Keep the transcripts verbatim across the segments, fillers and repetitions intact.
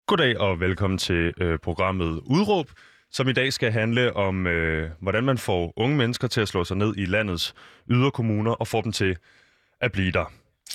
Goddag og velkommen til øh, programmet Udråb, som i dag skal handle om, øh, hvordan man får unge mennesker til at slå sig ned i landets yderkommuner og få dem til at blive der.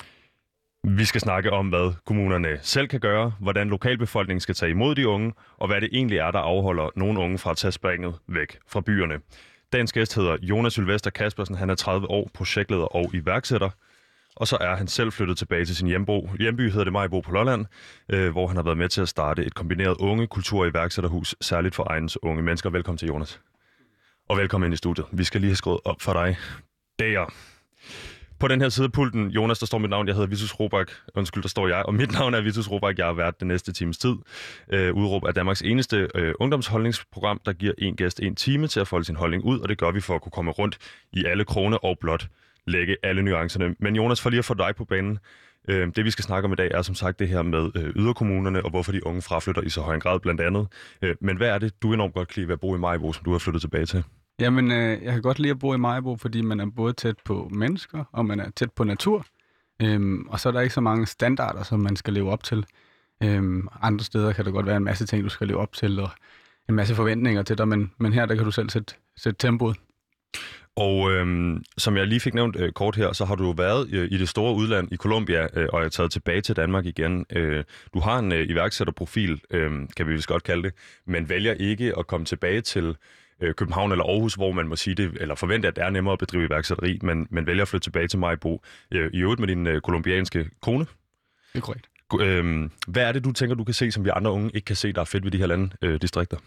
Vi skal snakke om, hvad kommunerne selv kan gøre, hvordan lokalbefolkningen skal tage imod de unge, og hvad det egentlig er, der afholder nogle unge fra at tage springet væk fra byerne. Dagens gæst hedder Jonas Sylvester Kaspersen. Han er tredive år, projektleder og iværksætter. Og så er han selv flyttet tilbage til sin hjembo. Hjemby hedder det Maribo på Lolland, øh, hvor han har været med til at starte et kombineret unge kultur- og iværksætterhus, særligt for egens unge mennesker. Velkommen til, Jonas. Og velkommen ind i studiet. Vi skal lige have skruet op for dig. Der. På den her side af pulten, Jonas, der står mit navn. Jeg hedder Vitus Robak. Undskyld, der står jeg. Og mit navn er Vitus Robak. Jeg har været den næste times tid. Øh, Udråb er Danmarks eneste øh, ungdomsholdningsprogram, der giver en gæst en time til at folde sin holdning ud. Og det gør vi for at kunne komme rundt i alle krone og blot lægge alle nuancerne. Men Jonas, for lige at få dig på banen. Øh, det vi skal snakke om i dag er som sagt det her med øh, yderkommunerne og hvorfor de unge fraflytter i så høj en grad blandt andet. Øh, men hvad er det, du enormt godt kan lide ved at bo i Maribo, som du har flyttet tilbage til? Jamen, øh, jeg kan godt lide at bo i Maribo, fordi man er både tæt på mennesker, og man er tæt på natur. Øhm, og så er der ikke så mange standarder, som man skal leve op til. Øhm, andre steder kan der godt være en masse ting, du skal leve op til, og en masse forventninger til dig, men, men her der kan du selv sætte, sætte tempoet. Og øhm, som jeg lige fik nævnt øh, kort her, så har du været øh, i det store udland i Colombia, øh, og er taget tilbage til Danmark igen. Øh, du har en øh, iværksætterprofil, øh, kan vi vist godt kalde det, men vælger ikke at komme tilbage til øh, København eller Aarhus, hvor man må sige det, eller forvente, at det er nemmere at bedrive iværksætteri, men, men vælger at flytte tilbage til Maribo, øh, i øvrigt med din øh, kolumbianske kone. Det er korrekt. Øh, hvad er det, du tænker, du kan se, som vi andre unge ikke kan se, der er fedt ved de her landdistrikter? Øh,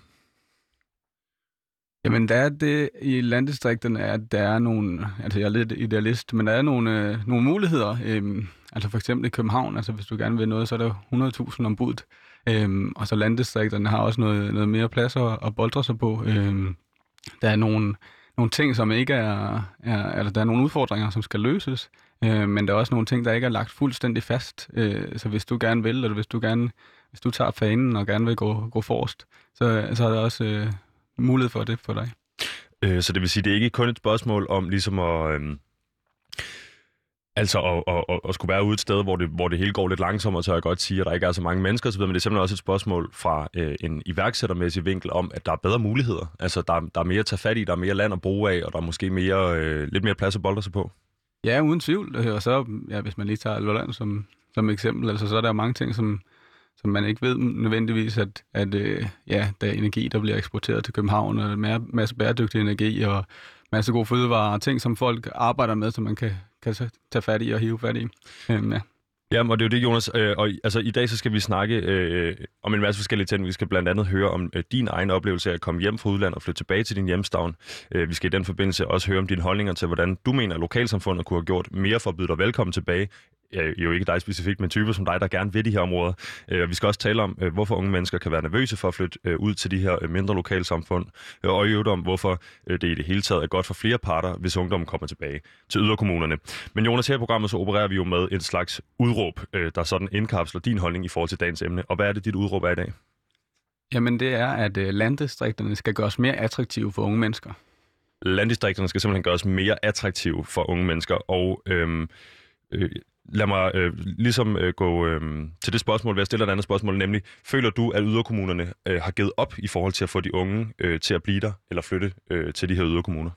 Jamen, der er det i landdistrikterne, at der er nogle, altså jeg er lidt idealist, men der er nogle, øh, nogle muligheder. Øhm, altså for eksempel i København, altså hvis du gerne vil noget, så er der hundrede tusind om budet. Øhm, og så landdistrikterne har også noget, noget mere plads at, at boldre sig på. Øhm, der er nogle, nogle ting, som ikke er, er, altså der er nogle udfordringer, som skal løses, øh, men der er også nogle ting, der ikke er lagt fuldstændig fast. Øh, så hvis du gerne vil, eller hvis du gerne, hvis du tager fanen og gerne vil gå, gå forrest, så, så er der også øh, mulighed for det for dig. Øh, så det vil sige, det er ikke kun et spørgsmål om ligesom at, øhm, altså at, at, at, at skulle være ude et sted, hvor det, hvor det hele går lidt langsommere, så jeg godt sige, at der ikke er så mange mennesker osv., men det er simpelthen også et spørgsmål fra øh, en iværksættermæssig vinkel om, at der er bedre muligheder. Altså der, der er mere at tage fat i, der er mere land at bruge af, og der er måske mere, øh, lidt mere plads at bolde sig på. Ja, uden tvivl. Og så, ja, hvis man lige tager Lolland som, som eksempel, altså så er der mange ting, som som man ikke ved nødvendigvis, at, at øh, ja, der er energi, der bliver eksporteret til København, og en masse bæredygtig energi, og masse gode fødevarer, og ting, som folk arbejder med, som man kan, kan tage fat i og hive fat i. Øhm, ja. Jamen, og det er jo det, Jonas. Øh, og altså, i dag så skal vi snakke øh, om en masse forskellige ting. Vi skal blandt andet høre om øh, din egen oplevelse af at komme hjem fra udlandet og flytte tilbage til din hjemstavn. Øh, vi skal i den forbindelse også høre om dine holdninger til, hvordan du mener, at lokalsamfundet kunne have gjort mere for at byde dig velkommen tilbage. Øh, jo ikke dig specifikt, men typer som dig, der gerne vil de her områder. Øh, og vi skal også tale om, øh, hvorfor unge mennesker kan være nervøse for at flytte øh, ud til de her øh, mindre lokalsamfund. Øh, og i øvrigt om, hvorfor øh, det i det hele taget er godt for flere parter, hvis ungdommen kommer tilbage til yderkommunerne. Men Jonas, her i programmet så opererer vi jo med et slags udråb, øh, der sådan indkapsler din holdning i forhold til dagens emne. Og hvad er det, dit udråb er i dag? Jamen det er, at øh, landdistrikterne skal gøres mere attraktive for unge mennesker. Landdistrikterne skal simpelthen gøres mere attraktive for unge mennesker. Og øhm, øh, lad mig øh, ligesom øh, gå øh, til det spørgsmål, ved at stille et andet spørgsmål, nemlig, føler du, at yderkommunerne øh, har givet op i forhold til at få de unge øh, til at blive der, eller flytte øh, til de her yderkommuner?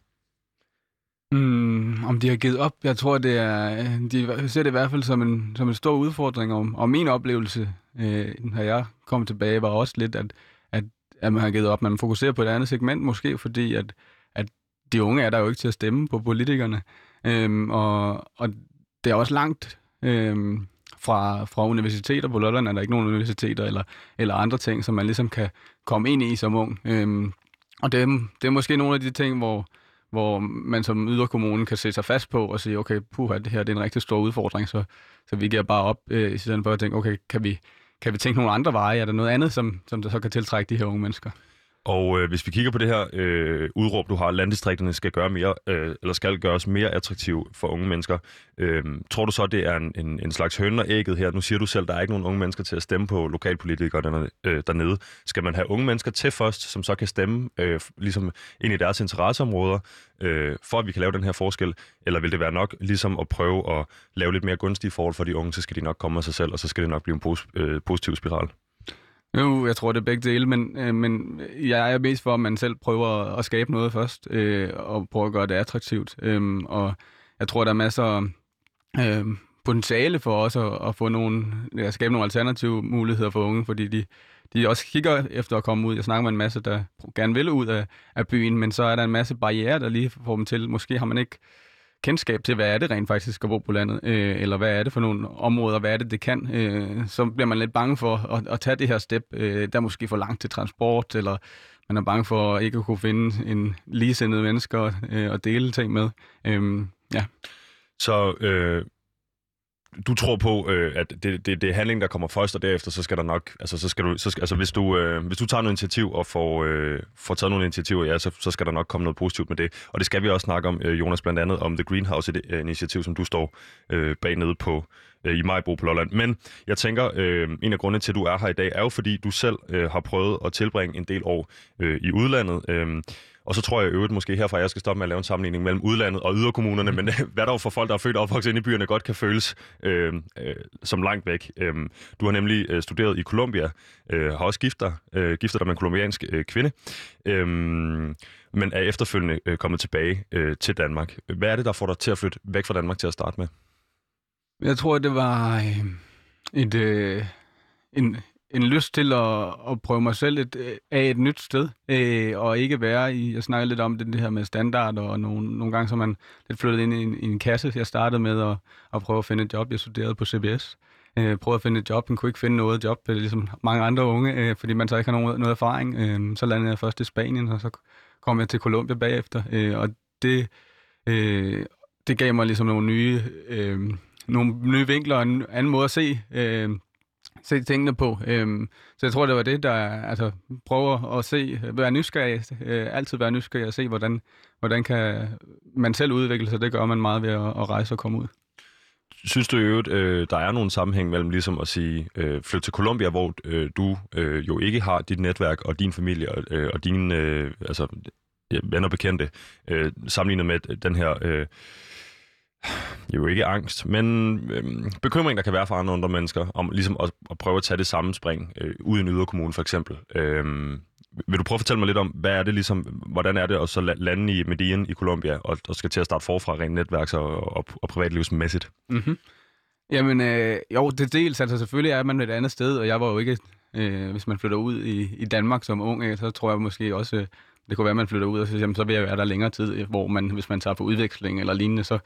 Mm, om de har givet op? Jeg tror, det er, de ser det i hvert fald som en, som en stor udfordring, og, og min oplevelse, øh, når jeg kom tilbage, var også lidt, at, at, at man har givet op. Man fokuserer på et andet segment, måske fordi, at, at de unge er der jo ikke til at stemme på politikerne, øhm, og, og det er også langt øhm, fra, fra universiteter. På Lolland er der ikke nogen universiteter eller, eller andre ting, som man ligesom kan komme ind i som ung. Øhm, og det, det er måske nogle af de ting, hvor hvor man som yderkommune kan sætte sig fast på og sige, okay, puha, det her det er en rigtig stor udfordring, så, så vi giver bare op, øh, i stedet for at tænke, okay, kan vi, kan vi tænke nogle andre veje? Er der noget andet, som, som der så kan tiltrække de her unge mennesker? Og øh, hvis vi kigger på det her øh, udråb, du har, landdistrikterne skal gøre mere, øh, eller skal gøres mere attraktiv for unge mennesker. Øh, tror du så, det er en, en, en slags høne og ægget her? Nu siger du selv, der er ikke nogen unge mennesker til at stemme på lokalpolitikere dernede. Øh, dernede. Skal man have unge mennesker til først, som så kan stemme øh, ligesom ind i deres interesseområder, øh, for at vi kan lave den her forskel? Eller vil det være nok ligesom at prøve at lave lidt mere gunstige forhold for de unge, så skal de nok komme af sig selv, og så skal det nok blive en pos- øh, positiv spiral? Jo, jeg tror, det er begge dele, men, øh, men jeg er mest for, at man selv prøver at skabe noget først, øh, og prøver at gøre det attraktivt. Øh, og jeg tror, der er masser øh, potentiale for os at, at få nogle, ja, skabe nogle alternative muligheder for unge, fordi de, de også kigger efter at komme ud. Jeg snakker med en masse, der gerne vil ud af, af byen, men så er der en masse barrierer, der lige får dem til. Måske har man ikke kendskab til, hvad er det rent faktisk at bo på landet, øh, eller hvad er det for nogle områder, hvad er det, det kan. Øh, så bliver man lidt bange for at, at tage det her step, øh, der er måske for langt til transport, eller man er bange for ikke at kunne finde en ligesindede mennesker øh, at dele ting med. Øh, ja. Så øh, du tror på, øh, at det, det, det er handling, der kommer først, og derefter så skal der nok, altså så skal du, så skal, altså hvis du, øh, hvis du tager noget initiativ og får, øh, får taget nogle initiativer, ja, så, så skal der nok komme noget positivt med det. Og det skal vi også snakke om, øh, Jonas, blandt andet om The Greenhouse-initiativ, som du står øh, bag nede på øh, i Maribo på Lolland. Men jeg tænker, øh, en af grundene til, at du er her i dag, er jo fordi, du selv øh, har prøvet at tilbringe en del år øh, i udlandet. Øh, Og så tror jeg i øvrigt måske herfra, at jeg skal stoppe med at lave en sammenligning mellem udlandet og yderkommunerne, men hvad der jo for folk, der er født og opvokset inde i byerne, godt kan føles øh, øh, som langt væk. Øh, du har nemlig øh, studeret i Colombia, øh, har også giftet, øh, giftet dig med en colombiansk øh, kvinde, øh, men er efterfølgende øh, kommet tilbage øh, til Danmark. Hvad er det, der får dig til at flytte væk fra Danmark til at starte med? Jeg tror, det var øh, et, øh, en... en lyst til at, at prøve mig selv et, af et nyt sted, øh, og ikke være i, jeg snakker lidt om det, det her med standard, og nogle, nogle gange så man lidt flyttet ind i en, i en kasse. Jeg startede med at, at prøve at finde et job. Jeg studerede på C B S. Øh, prøvede at finde et job, men kunne ikke finde noget job, ligesom mange andre unge, øh, fordi man så ikke har nogen, noget erfaring. Øh, så landede jeg først i Spanien, og så kom jeg til Colombia bagefter, øh, og det, øh, det gav mig ligesom nogle nye, øh, nogle nye vinkler og en anden måde at se øh, se tingene på. Øhm, så jeg tror, det var det, der altså prøver at se, være nysgerrig, øh, altid være nysgerrig og se, hvordan, hvordan kan man selv udvikle sig. Det gør man meget ved at, at rejse og komme ud. Synes du i øvrigt, øh, der er nogen sammenhæng mellem ligesom at sige, øh, flytte til Colombia, hvor øh, du øh, jo ikke har dit netværk og din familie og, øh, og dine øh, altså, venner og bekendte, øh, sammenlignet med den her... Øh, jo ikke angst, men øh, bekymring, der kan være for andre, andre mennesker, om ligesom at, at prøve at tage det samme spring øh, ud i en yderkommune for eksempel. Øh, vil du prøve at fortælle mig lidt om, hvad er det ligesom, hvordan er det at så lande i Medellin i Colombia, og, og skal til at starte forfra rent netværks- og, og, og privatlivsmæssigt? Mm-hmm. Jamen, øh, jo, det dels, altså selvfølgelig er man et andet sted, og jeg var jo ikke, øh, hvis man flytter ud i, i Danmark som ung, så tror jeg måske også, øh, det kunne være, at man flytter ud, og så, jamen, så vil jeg være der længere tid, hvor man, hvis man tager på udveksling eller lignende, så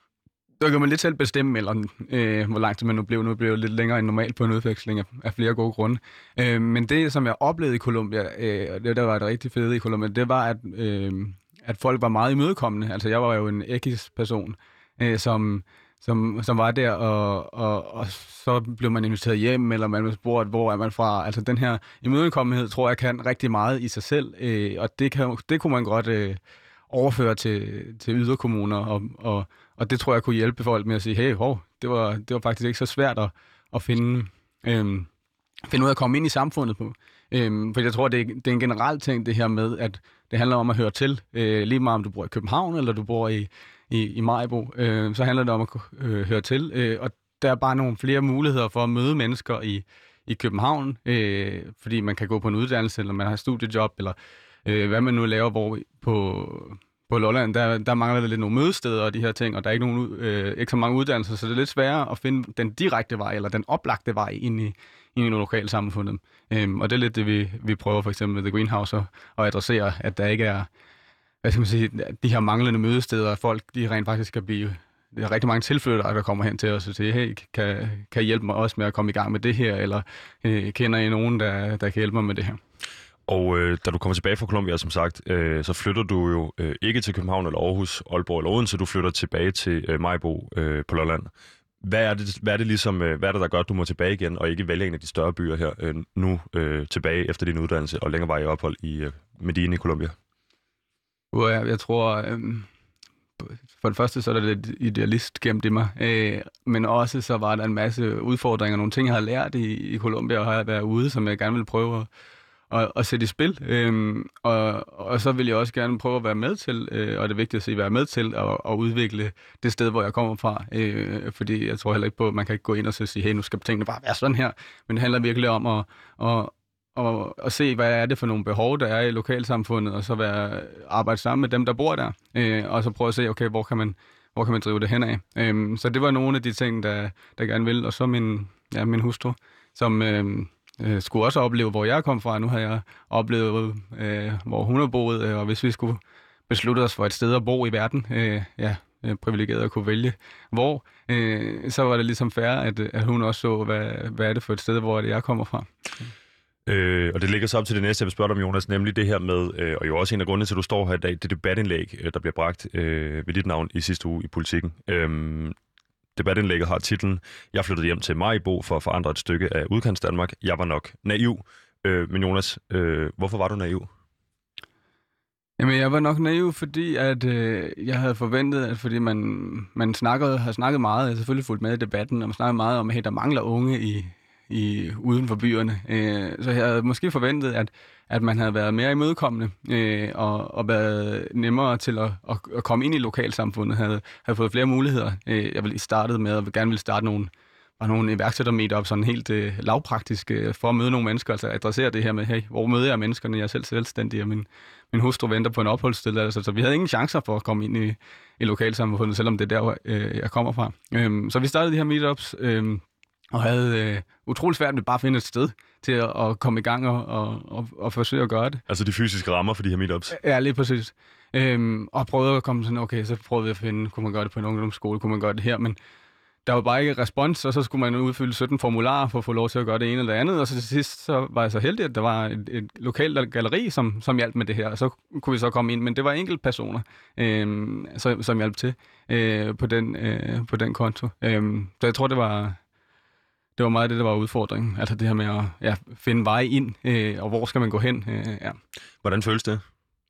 så kan man lidt selv bestemme, eller øh, hvor lang tid man nu blev. Nu blev jeg lidt længere end normalt på en udveksling af, af flere gode grunde. Øh, men det, som jeg oplevede i Colombia, øh, og det der var det rigtig fede i Colombia, det var, at, øh, at folk var meget imødekommende. Altså, jeg var jo en X-person, øh, som, som, som var der, og, og, og så blev man inviteret hjem, eller man blev spurgt, hvor er man fra. Altså, den her imødekommenhed, tror jeg, kan rigtig meget i sig selv, øh, og det, kan, det kunne man godt øh, overføre til, til yderkommuner, og, og Og det tror jeg kunne hjælpe folk med at sige, hey, hov, det var, det var faktisk ikke så svært at, at finde, øhm, finde ud af at komme ind i samfundet på. Øhm, for jeg tror, det er, det er en generel ting, det her med, at det handler om at høre til. Øh, lige meget om du bor i København, eller du bor i, i, i Maribo, øh, så handler det om at øh, høre til. Øh, og der er bare nogle flere muligheder for at møde mennesker i, i København, øh, fordi man kan gå på en uddannelse, eller man har et studiejob, eller øh, hvad man nu laver hvor på... På Lolland, der, der mangler der lidt nogle mødesteder og de her ting, og der er ikke, nogen, øh, ikke så mange uddannelser, så det er lidt sværere at finde den direkte vej, eller den oplagte vej ind i, ind i nogle lokale samfund. Øhm, og det er lidt det, vi, vi prøver for eksempel med The Greenhouse at, at adressere, at der ikke er, hvad skal man sige, de her manglende mødesteder, at folk de rent faktisk skal blive, der er rigtig mange tilflyttere, der kommer hen til os og siger, hey, kan, kan I hjælpe mig også med at komme i gang med det her, eller øh, kender I nogen, der, der kan hjælpe mig med det her? Og øh, da du kommer tilbage fra Colombia, som sagt, øh, så flytter du jo øh, ikke til København eller Aarhus, Aalborg eller Odense, du flytter tilbage til øh, Maribo øh, på Lolland. Hvad er det, hvad er det ligesom, øh, hvad er det, der gør, at du må tilbage igen, og ikke vælge en af de større byer her, øh, nu øh, tilbage efter din uddannelse og længere vej i ophold i øh, Medellin i Colombia? Jeg, jeg tror, øh, for det første så er der lidt idealist gemt i mig, øh, men også så var der en masse udfordringer, nogle ting, jeg havde lært i, i Colombia, og har været ude, som jeg gerne ville prøve at Og, og sætte i spil, øhm, og, og så vil jeg også gerne prøve at være med til, øh, og det er vigtigt at sige, være med til at, at udvikle det sted, hvor jeg kommer fra, øh, fordi jeg tror heller ikke på, at man kan ikke gå ind og så sige, hey, nu skal tingene bare være sådan her, men det handler virkelig om at, at, og, og se, hvad er det for nogle behov, der er i lokalsamfundet, og så være, arbejde sammen med dem, der bor der, øh, og så prøve at se, okay, hvor kan man, hvor kan man drive det henad. Øh, så det var nogle af de ting, der, der gerne vil. Og så min, ja, min hustru, som øh, øh, skulle også opleve, hvor jeg kom fra. Nu har jeg oplevet, øh, hvor hun har boet, øh, og hvis vi skulle beslutte os for et sted at bo i verden, øh, ja, privilegeret at kunne vælge hvor, øh, så var det ligesom fair, at, at hun også så, hvad, hvad er det for et sted, hvor det jeg kommer fra. Øh, og det ligger så op til det næste, jeg vil spørge dig om, Jonas, nemlig det her med, øh, og jo også en af grundene til, at du står her i dag, det debatindlæg, øh, der bliver bragt øh, ved dit navn i sidste uge i Politikken. Øh, debatindlægget har titlen, jeg flyttede hjem til Maribo for at forandre et stykke af Udkants Danmark. Jeg var nok naiv. Øh, men Jonas, øh, hvorfor var du naiv? Jamen, jeg var nok naiv, fordi at, øh, jeg havde forventet, at fordi man, man snakkede, har snakket meget, jeg har selvfølgelig fulgt med i debatten, og man snakkede meget om, at der mangler unge i, i, uden for byerne. Øh, så jeg havde måske forventet, at, at man havde været mere imødekommende øh, og, og været nemmere til at, at, at komme ind i lokalsamfundet, havde, havde fået flere muligheder. Øh, jeg ville startet med at gerne ville starte nogle og nogle iværksætter-meetup, sådan helt øh, lavpraktisk, øh, for at møde nogle mennesker, altså adressere det her med, hey, hvor møder jeg menneskerne? Jeg er selv selvstændig, og min, min hustru venter på en opholdstilladelse, så vi havde ingen chancer for at komme ind i, i lokalsamfundet, selvom det er der, øh, jeg kommer fra. Øhm, så vi startede de her meetups, øh, og havde øh, utrolig svært med bare at finde et sted til at, at komme i gang og, og, og, og forsøge at gøre det. Altså de fysiske rammer for de her meetups? Ja, lige præcis. Øhm, og prøvede at komme sådan, okay, så prøvede vi at finde, kunne man gøre det på en ungdomsskole, kunne man gøre det her, men der var bare ikke respons, og så skulle man udfylde sytten formularer for at få lov til at gøre det ene eller det andet, og så til sidst så var jeg så heldig, at der var et, et lokalt galleri, som, som hjalp med det her, og så kunne vi så komme ind, men det var enkelte personer, øh, som, som hjalp til øh, på, den, øh, på den konto. Øh, så jeg tror, det var, det var meget det, der var udfordringen, altså det her med at ja, finde vej ind, øh, og hvor skal man gå hen. Øh, ja. Hvordan føles det?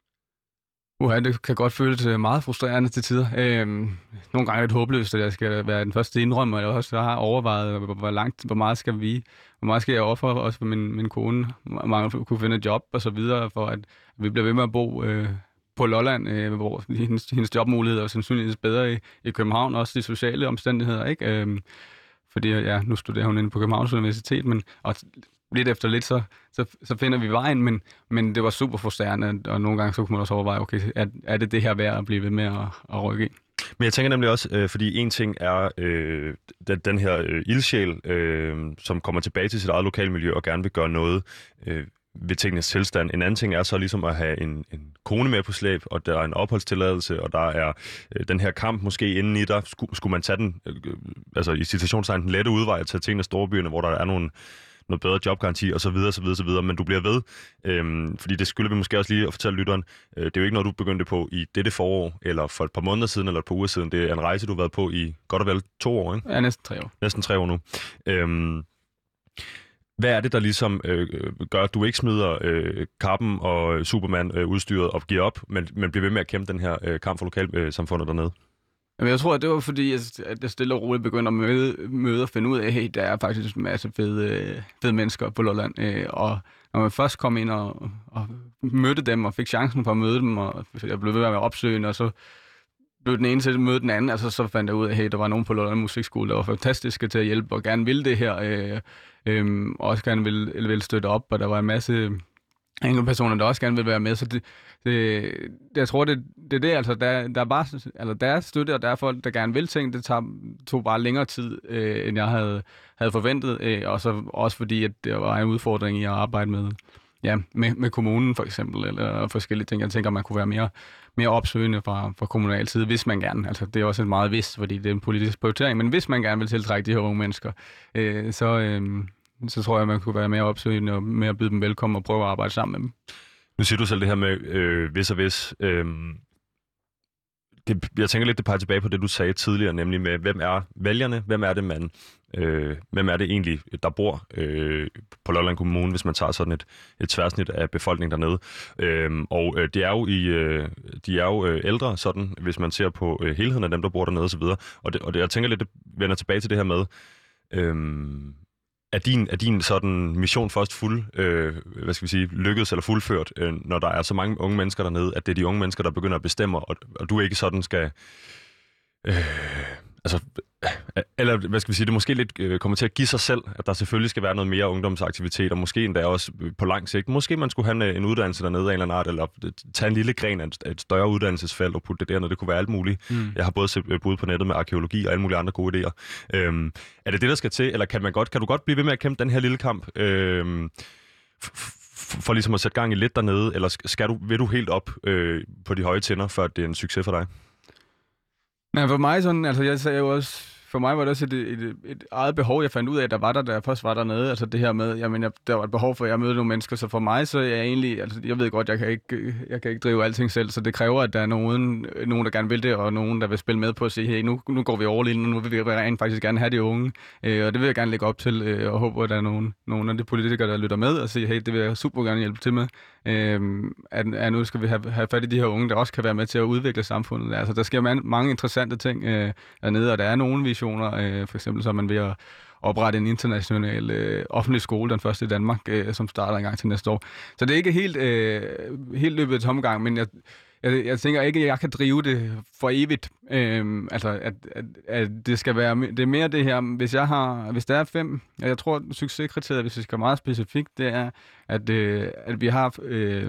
Uha, det kan godt føles meget frustrerende til tider. Øhm, nogle gange er det håbløst, at jeg skal være den første indrømmer, og jeg også har overvejet, hvor, langt, hvor meget skal vi, hvor meget skal jeg ofre, også for min, min kone, mange kunne finde et job og så videre, for at vi bliver ved med at bo øh, på Lolland, øh, hvor hendes, hendes jobmuligheder er sandsynligvis bedre i, i København, også de sociale omstændigheder, ikke? Øhm, fordi ja, nu studerer hun inde på Københavns Universitet, men og lidt efter lidt, så, så, så finder vi vejen, men, men det var super frustrerende, og nogle gange så kunne man også overveje, okay, er, er det det her værd at blive ved med at, at rykke i? Men jeg tænker nemlig også, øh, fordi en ting er øh, den, den her øh, ildsjæl, øh, som kommer tilbage til sit eget lokalmiljø og gerne vil gøre noget øh, ved tingenes tilstand. En anden ting er så ligesom at have en, en kone med på slæb, og der er en opholdstilladelse, og der er øh, den her kamp måske inden i dig. Skulle, skulle man tage den, øh, altså i situationstegn, den lette udvej at tage tingene af storbyerne, hvor der er nogle noget bedre jobgaranti og så videre, så videre, så videre, men du bliver ved, øhm, fordi det skylder vi måske også lige at fortælle lytteren. Øh, det er jo ikke noget, du begyndte på i dette forår, eller for et par måneder siden, eller et par uger siden. Det er en rejse, du har været på i godt og vel to år, ikke? Ja, næsten tre år. Næsten tre år nu. Øhm, hvad er det, der ligesom øh, gør, at du ikke smider øh, kappen og Superman-udstyret øh, og giver op, men, men bliver ved med at kæmpe den her øh, kamp for lokalsamfundet dernede? Jamen, jeg tror, at det var fordi, at jeg stille og roligt begyndte at møde, møde og finde ud af, at hey, der er faktisk en masse fede, fede mennesker på Lolland. Og når man først kom ind og, og mødte dem, og fik chancen for at møde dem, og jeg blev ved med at være opsøgende, og så blev den ene til at møde den anden, altså så fandt jeg ud af, at hey, der var nogen på Lolland Musikskole, der var fantastiske til at hjælpe, og gerne ville det her, øh, øh, og også gerne ville, ville støtte op, og der var en masse enkelte personer, der også gerne vil være med, så det, det, jeg tror, det, det er det, altså, der, der, er bare, altså, der er støtte, og der er folk, der gerne vil ting, det tager, tog bare længere tid, øh, end jeg havde, havde forventet, øh, og så også fordi, at det var en udfordring i at arbejde med, ja, med, med kommunen for eksempel, eller forskellige ting. Jeg tænker, man kunne være mere, mere opsøgende fra, fra kommunal side, hvis man gerne, altså det er også et meget vist, fordi det er en politisk prioritering, men hvis man gerne vil tiltrække de her unge mennesker, øh, så... Øh, så tror jeg, man kunne være mere opsøgende og mere byde dem velkommen og prøve at arbejde sammen med dem. Nu siger du selv det her med øh, hvis og hvis. Øh, det, jeg tænker lidt, det peger tilbage på det, du sagde tidligere, nemlig med, hvem er vælgerne? Hvem er det, man, øh, hvem er det egentlig, der bor øh, på Lolland Kommune, hvis man tager sådan et, et tværsnit af befolkningen dernede? Øh, og øh, de er jo, i, øh, de er jo øh, ældre, sådan, hvis man ser på øh, helheden af dem, der bor dernede osv. Og, det, og det, jeg tænker lidt, det vender tilbage til det her med... Øh, Er din, er din sådan mission først fuld, øh, hvad skal vi sige, lykkedes eller fuldført, øh, når der er så mange unge mennesker dernede, at det er de unge mennesker, der begynder at bestemme, og, og du ikke sådan skal... Øh, altså, eller hvad skal vi sige, det måske lidt øh, kommer til at give sig selv, at der selvfølgelig skal være noget mere ungdomsaktivitet, og måske endda også på lang sigt. Måske man skulle have en, en uddannelse dernede af en eller anden art, eller tage en lille gren af et, et større uddannelsesfelt og putte det dernede. Det kunne være alt muligt. Mm. Jeg har både set bud på nettet med arkeologi og alle mulige andre gode idéer. Øhm, er det det, der skal til, eller kan, man godt, kan du godt blive ved med at kæmpe den her lille kamp, øhm, for ligesom at sætte gang i lidt dernede, eller skal du, vil du helt op øh, på de høje tænder, før det er en succes for dig? Nej, for mig sådan, altså jeg sagde jo også, for mig var det også et, et, et eget behov, jeg fandt ud af, at der var der, da jeg først var dernede. Altså det her med, jamen, jeg, der var et behov for, at jeg mødte nogle mennesker, så for mig, så er jeg egentlig, altså jeg ved godt, jeg kan ikke, jeg kan ikke drive alting selv, så det kræver, at der er nogen, nogen der gerne vil det, og nogen, der vil spille med på at sige, hey, nu, nu går vi all in, og nu vil vi rent faktisk gerne have de unge, øh, og det vil jeg gerne lægge op til, øh, og håber, at der er nogen, nogen af de politikere, der lytter med, og siger, hey, det vil jeg super gerne hjælpe til med, øh, at, at nu skal vi have, have fat i de her unge, der også kan være med til at udvikle samfundet. Altså der sker man, mange interessante ting øh, dernede, og der er nogle visioner. For eksempel så er man ved at oprette en international øh, offentlig skole, den første i Danmark, øh, som starter en gang til næste år. Så det er ikke helt, øh, helt løbet af tomgang, men jeg, jeg, jeg tænker ikke, at jeg kan drive det for evigt. Øh, altså, at, at, at det skal være, det er mere det her, hvis jeg har, hvis der er fem, jeg tror, succeskriteriet, hvis vi skal meget specifikt, det er, at, øh, at vi har, øh,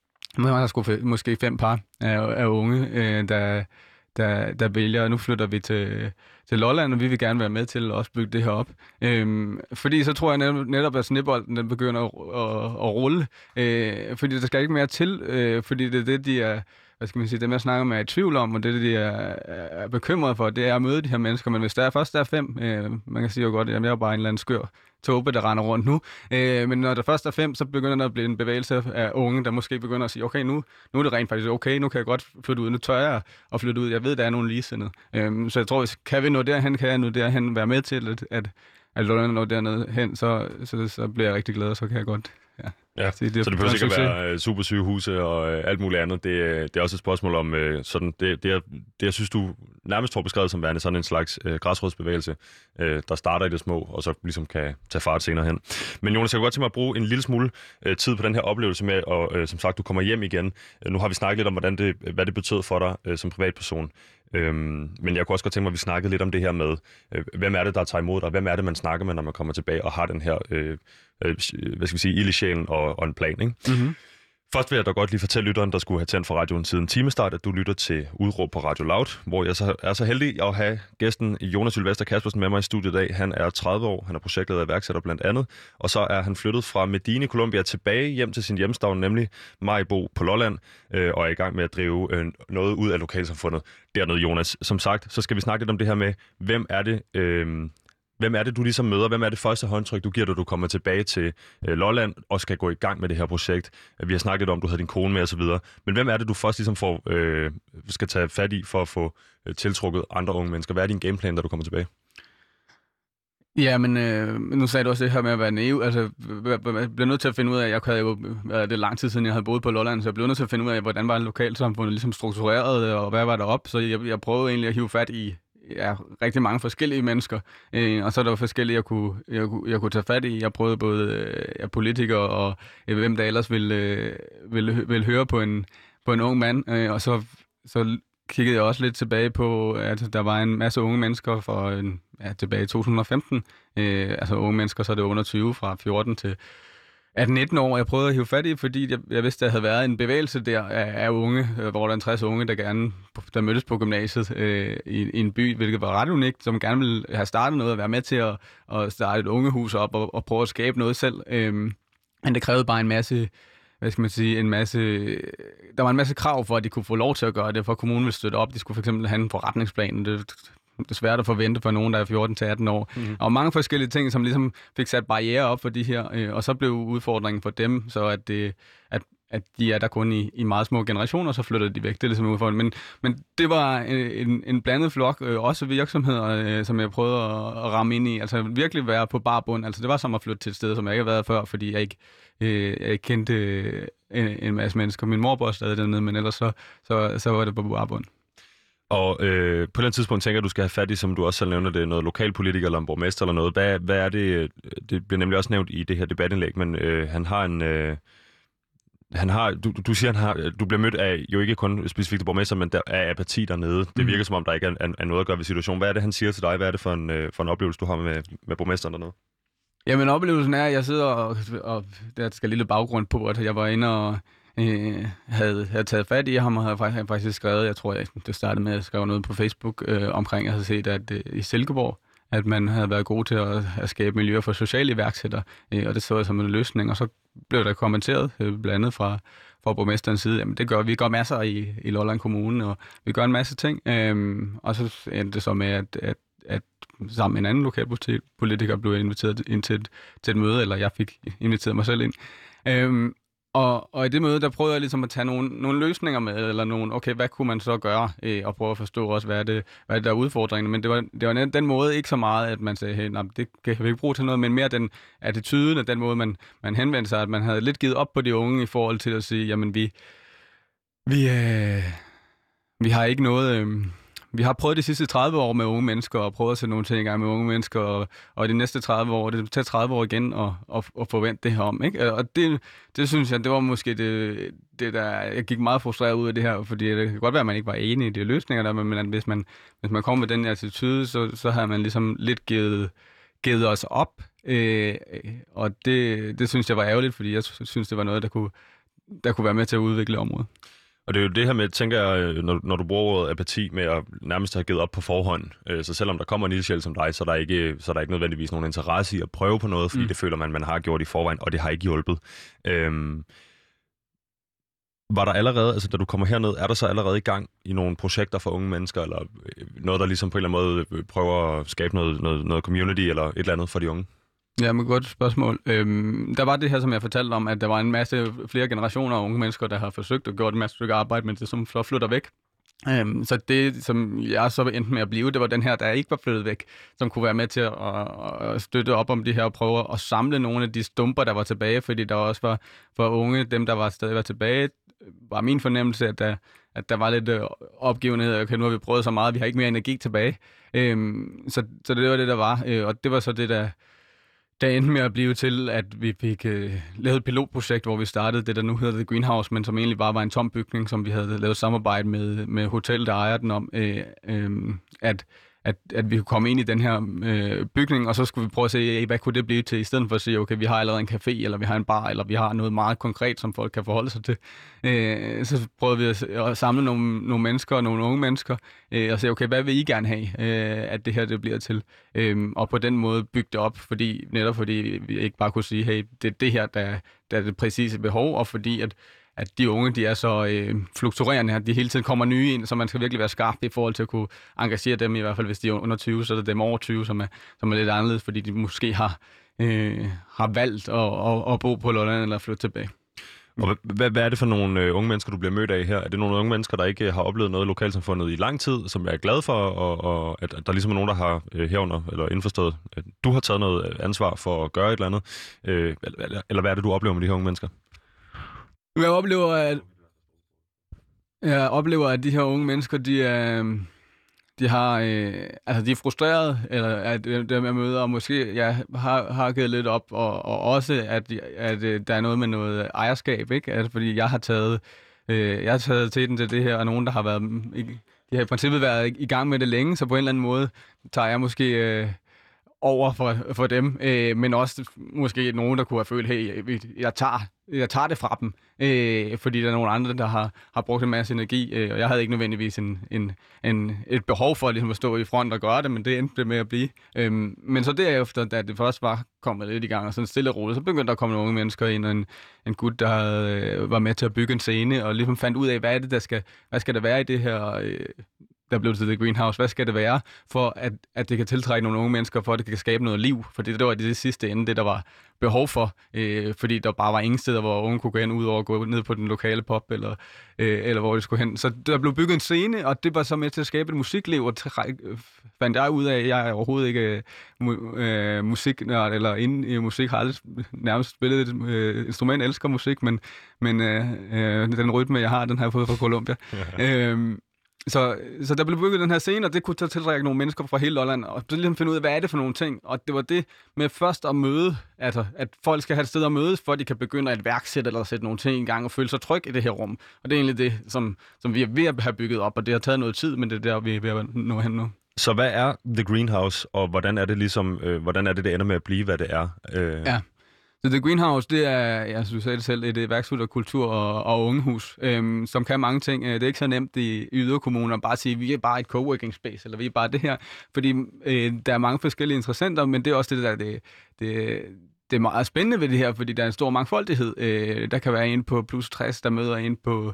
måske fem par af, af unge, øh, der Der, der vælger, nu flytter vi til, til Lolland, og vi vil gerne være med til at også bygge det her op. Øhm, fordi så tror jeg netop, netop at snebolden den begynder at, at, at rulle. Øh, fordi der skal ikke mere til, øh, fordi det er det, de er, hvad skal man sige, det jeg snakker med er i tvivl om, og det, de er, er bekymret for, det er at møde de her mennesker. Men hvis der er først der er fem, øh, man kan sige jo godt, at jeg er bare en eller anden skør tåbe, der render rundt nu. Øh, men når der først er fem, så begynder der at blive en bevægelse af unge, der måske begynder at sige, okay, nu, nu er det rent faktisk okay, nu kan jeg godt flytte ud, nu tør jeg at flytte ud. Jeg ved, der er nogle ligesindede. Øh, så jeg tror, hvis kan vi nå derhen, kan jeg nå derhen være med til, at, at, at Lolland når dernede hen, så, så, så bliver jeg rigtig glad, og så kan jeg godt... Ja, ja. Så det, så det behøver sikkert være uh, super sygehuse og uh, alt muligt andet. Det, det er også et spørgsmål om, uh, sådan, det, det, er, det jeg synes, du nærmest får beskrevet som værende sådan en slags uh, græsrodsbevægelse, uh, der starter i det små, og så ligesom kan tage fart senere hen. Men Jonas, jeg kunne godt tænke mig at bruge en lille smule uh, tid på den her oplevelse med, og uh, som sagt, du kommer hjem igen. Uh, nu har vi snakket lidt om, hvordan det, hvad det betød for dig uh, som privatperson. Øhm, men jeg kunne også godt tænke mig, at vi snakkede lidt om det her med, øh, hvem er det, der tager imod dig? Hvem er det, man snakker med, når man kommer tilbage og har den her, øh, øh, hvad skal vi sige, ild i sjælen og, og en plan, ikke? Mm-hmm. Først vil jeg da godt lige fortælle lytteren, der skulle have tændt for radioen siden timestart, at du lytter til Udråb på Radio Loud, hvor jeg så er så heldig at have gæsten Jonas Sylvester Kaspersen med mig i studiet i dag. Han er tredive år, han er projektleder og iværksætter blandt andet, og så er han flyttet fra Medina, Colombia tilbage hjem til sin hjemstavn, nemlig Maribo på Lolland, øh, og er i gang med at drive øh, noget ud af lokalsamfundet dernede, Jonas. Som sagt, så skal vi snakke lidt om det her med, hvem er det... Øh, Hvem er det, du ligesom møder? Hvem er det første håndtryk, du giver, da du kommer tilbage til øh, Lolland og skal gå i gang med det her projekt? Vi har snakket om, du havde din kone med osv. Men hvem er det, du først ligesom får, øh, skal tage fat i for at få øh, tiltrukket andre unge mennesker? Hvad er din gameplan, da du kommer tilbage? Ja, men øh, nu sagde du også det her med at være naiv. Altså, jeg blev nødt til at finde ud af, jeg havde jo, det er lang tid siden, jeg havde boet på Lolland, så jeg blev nødt til at finde ud af, hvordan var lokalsamfundet ligesom struktureret, og hvad var der op? Så jeg, jeg prøvede egentlig at hive fat i ja, rigtig mange forskellige mennesker, øh, og så er der forskellige, jeg kunne, jeg, jeg kunne tage fat i. Jeg prøvede både øh, ja, politikere og øh, hvem der ellers ville, øh, ville, ville høre på en, på en ung mand, øh, og så, så kiggede jeg også lidt tilbage på, at der var en masse unge mennesker for en, ja, tilbage i to tusind og femten. Øh, altså unge mennesker, så er det under tyve, fra fjorten til atten nitten år. Jeg prøvede at hive fat i, fordi jeg, jeg vidste, der havde været en bevægelse der af, af unge, hvor der er tres unge, der gerne der mødtes på gymnasiet øh, i, i en by, hvilket var ret unikt, som gerne ville have startet noget, at være med til at, at starte et ungehus op og, og prøve at skabe noget selv. Øh, men det krævede bare en masse... hvad skal man sige, en masse... Der var en masse krav for, at de kunne få lov til at gøre det, for at kommunen ville støtte op. De skulle fx have en forretningsplan. Det er svært at forvente for nogen, der er fjorten til atten år. Mm-hmm. Og mange forskellige ting, som ligesom fik sat barrierer op for de her, og så blev udfordringen for dem, så at, det, at, at de er der kun i, i meget små generationer, så flyttede de væk. Det er ligesom udfordringen. Men, men det var en, en blandet flok, også virksomheder, som jeg prøvede at, at ramme ind i. Altså virkelig være på bar bund. Altså det var som at flytte til et sted, som jeg ikke har været før, fordi jeg ikke Jeg kendte en, en masse mennesker. Min mor bor stadig dernede, men ellers så, så, så var det på barbund. Og øh, på den tidspunkt tænker jeg, at du skal have fat i, som du også selv nævner det, noget lokalpolitiker eller en borgmester eller noget. Hvad, hvad er det? Det bliver nemlig også nævnt i det her debatindlæg, men øh, han har en... Øh, han har, du, du siger, han har, du bliver mødt af, jo ikke kun specifikt borgmester, men der er apati dernede. Det virker mm. som om, der ikke er, er, er noget at gøre ved situationen. Hvad er det, han siger til dig? Hvad er det for en, for en oplevelse, du har med, med borgmesteren dernede? Jamen, oplevelsen er, at jeg sidder og, og der skal lille baggrund på, at jeg var inde og øh, havde, havde taget fat i ham, og havde faktisk, faktisk skrevet, jeg tror, jeg, det startede med at skrive noget på Facebook øh, omkring, jeg havde set, at øh, i Silkeborg, at man havde været god til at, at skabe miljøer for sociale iværksættere, øh, og det så jeg som en løsning, og så blev der kommenteret, øh, blandt andet fra, fra borgmesterens side, jamen det gør vi, gør masser i, i Lolland Kommune, og vi gør en masse ting, øh, og så endte det så med, at, at at sammen med en anden lokalpolitiker blev jeg inviteret ind til et, til et møde, eller jeg fik inviteret mig selv ind. Øhm, og, og i det møde, der prøvede jeg ligesom at tage nogle, nogle løsninger med, eller nogle, okay, hvad kunne man så gøre, øh, og prøve at forstå også, hvad er det, hvad er det der er udfordringen. Men det var, det var den måde ikke så meget, at man sagde, hey, nej, det kan vi ikke bruge til noget, men mere den attituden, og den måde, man, man henvendte sig, at man havde lidt givet op på de unge i forhold til at sige, jamen vi, vi, øh, vi har ikke noget... Øh, Vi har prøvet de sidste tredive år med unge mennesker, og prøvet at sætte nogle ting i gang med unge mennesker, og, og de næste tredive år, det tager tredive år igen at, at, at forvente det her om. Ikke? Og det, det synes jeg, det var måske det, det, der... Jeg gik meget frustreret ud af det her, fordi det kan godt være, at man ikke var enig i de løsninger der, men hvis man, hvis man kom med den attitude, så, så havde man ligesom lidt givet, givet os op, øh, og det, det synes jeg var ærgerligt, fordi jeg synes, det var noget, der kunne, der kunne være med til at udvikle området. Og det er jo det her med, tænker jeg, når, når du bruger ordet apati med at nærmest have givet op på forhånd. Øh, så selvom der kommer en ildsjæl som dig, så er der ikke, så er der ikke nødvendigvis nogen interesse i at prøve på noget, fordi mm. det føler man, man har gjort i forvejen, og det har ikke hjulpet. Øhm, var der allerede, altså da du kommer herned, er der så allerede i gang i nogle projekter for unge mennesker, eller noget, der ligesom på en eller anden måde prøver at skabe noget, noget, noget community eller et eller andet for de unge? Ja, men godt spørgsmål. Øhm, der var det her, som jeg fortalte om, at der var en masse flere generationer af unge mennesker, der har forsøgt at gøre en masse stykke arbejde, men det som så flytter væk. Øhm, så det, som jeg så endte med at blive, det var den her, der ikke var flyttet væk, som kunne være med til at, at støtte op om det her og prøve at samle nogle af de stumper, der var tilbage, fordi der også var for unge, dem der var stadig var tilbage, var min fornemmelse, at der, at der var lidt øh, opgivenhed. Okay, nu har vi prøvet så meget, vi har ikke mere energi tilbage. Øhm, så, så det var det, der var, øh, og det var så det, der Der endte med at blive til, at vi fik øh, lavet et pilotprojekt, hvor vi startede det, der nu hedder The Greenhouse, men som egentlig bare var en tom bygning, som vi havde lavet samarbejde med, med hotel, der ejer den om, øh, øh, at, at, at vi kunne komme ind i den her øh, bygning, og så skulle vi prøve at se, hvad kunne det blive til, i stedet for at sige, okay, vi har allerede en café, eller vi har en bar, eller vi har noget meget konkret, som folk kan forholde sig til. Øh, så prøvede vi at, at samle nogle, nogle mennesker, nogle unge mennesker, øh, og se, okay, hvad vil I gerne have, øh, at det her det bliver til? Øh, og på den måde bygge det op, fordi, netop fordi vi ikke bare kunne sige, hey, det er det her, der, der er det præcise behov, og fordi at at de unge, de er så øh, fluktuerende, at de hele tiden kommer nye ind, så man skal virkelig være skarp i forhold til at kunne engagere dem, i hvert fald hvis de er under tyve, så er det dem over tyve, som er, som er lidt anderledes, fordi de måske har, øh, har valgt at, at, at bo på Lolland eller flytte tilbage. Og hvad, hvad er det for nogle øh, unge mennesker, du bliver mødt af her? Er det nogle unge mennesker, der ikke har oplevet noget i lokalsamfundet i lang tid, som jeg er glad for, og, og at, at der ligesom er nogen, der har øh, herunder, eller indforstået, at du har taget noget ansvar for at gøre et eller andet? Øh, eller, eller hvad er det, du oplever med de her unge mennesker? Jeg oplever, at, jeg oplever, at de her unge mennesker, de er, de har, øh, altså de er frustrerede, eller at dem jeg møder, og måske ja, har, har givet lidt op, og, og også, at, at, at der er noget med noget ejerskab, ikke? Altså, fordi jeg har taget, øh, jeg har taget til den til det her, og nogen, der har været, de har i princippet været i gang med det længe, så på en eller anden måde tager jeg måske øh, over for, for dem, øh, men også måske nogen, der kunne have følt, hey, jeg tager, jeg tager det fra dem, øh, fordi der er nogle andre, der har, har brugt en masse energi, øh, og jeg havde ikke nødvendigvis en, en, en, et behov for ligesom at stå i front og gøre det, men det endte det med at blive. Øh, men så derefter, da det først var kommet lidt i gang, og sådan stille og roligt, så begyndte der at komme nogle unge mennesker ind, og en, en gut, der havde, var med til at bygge en scene, og ligesom fandt ud af, hvad er det, der skal, hvad skal der være i det her... Øh, der blev til The Greenhouse. Hvad skal det være, for at, at det kan tiltrække nogle unge mennesker, for at det kan skabe noget liv? For det, det var det sidste ende, det der var behov for, øh, fordi der bare var ingen steder, hvor unge kunne gå hen, ud over at gå ned på den lokale pop, eller, øh, eller hvor de skulle hen. Så der blev bygget en scene, og det var så med til at skabe et musikliv, og træk, fandt jeg ud af, at jeg er overhovedet ikke øh, musiknørd, eller inde i musik, har aldrig nærmest spillet et øh, instrument, elsker musik, men, men øh, øh, den rytme, jeg har, den har jeg fået fra Columbia. øh, Så, så der blev bygget den her scene, og det kunne så tiltrække nogle mennesker fra hele Lolland, og så ligesom finde ud af, hvad er det for nogle ting. Og det var det med først at møde, altså at folk skal have et sted at mødes, for at de kan begynde at værksætte eller sætte nogle ting i gang og føle sig tryg i det her rum. Og det er egentlig det, som, som vi er ved at have bygget op, og det har taget noget tid, men det er der, vi er ved at nå hen nu. Så hvad er The Greenhouse, og hvordan er det ligesom, øh, hvordan er det, det ender med at blive, hvad det er? Øh... Ja. Så The Greenhouse, det er, ja, som du sagde det selv, et værkshus af kultur og, og ungehus, øhm, som kan mange ting. Det er ikke så nemt i yderkommuner at bare sige, at vi er bare et coworking space, eller vi er bare det her. Fordi øh, der er mange forskellige interessenter, men det er også det, der det, det, det er meget spændende ved det her, fordi der er en stor mangfoldighed. Øh, der kan være en på plus tres, der møder en på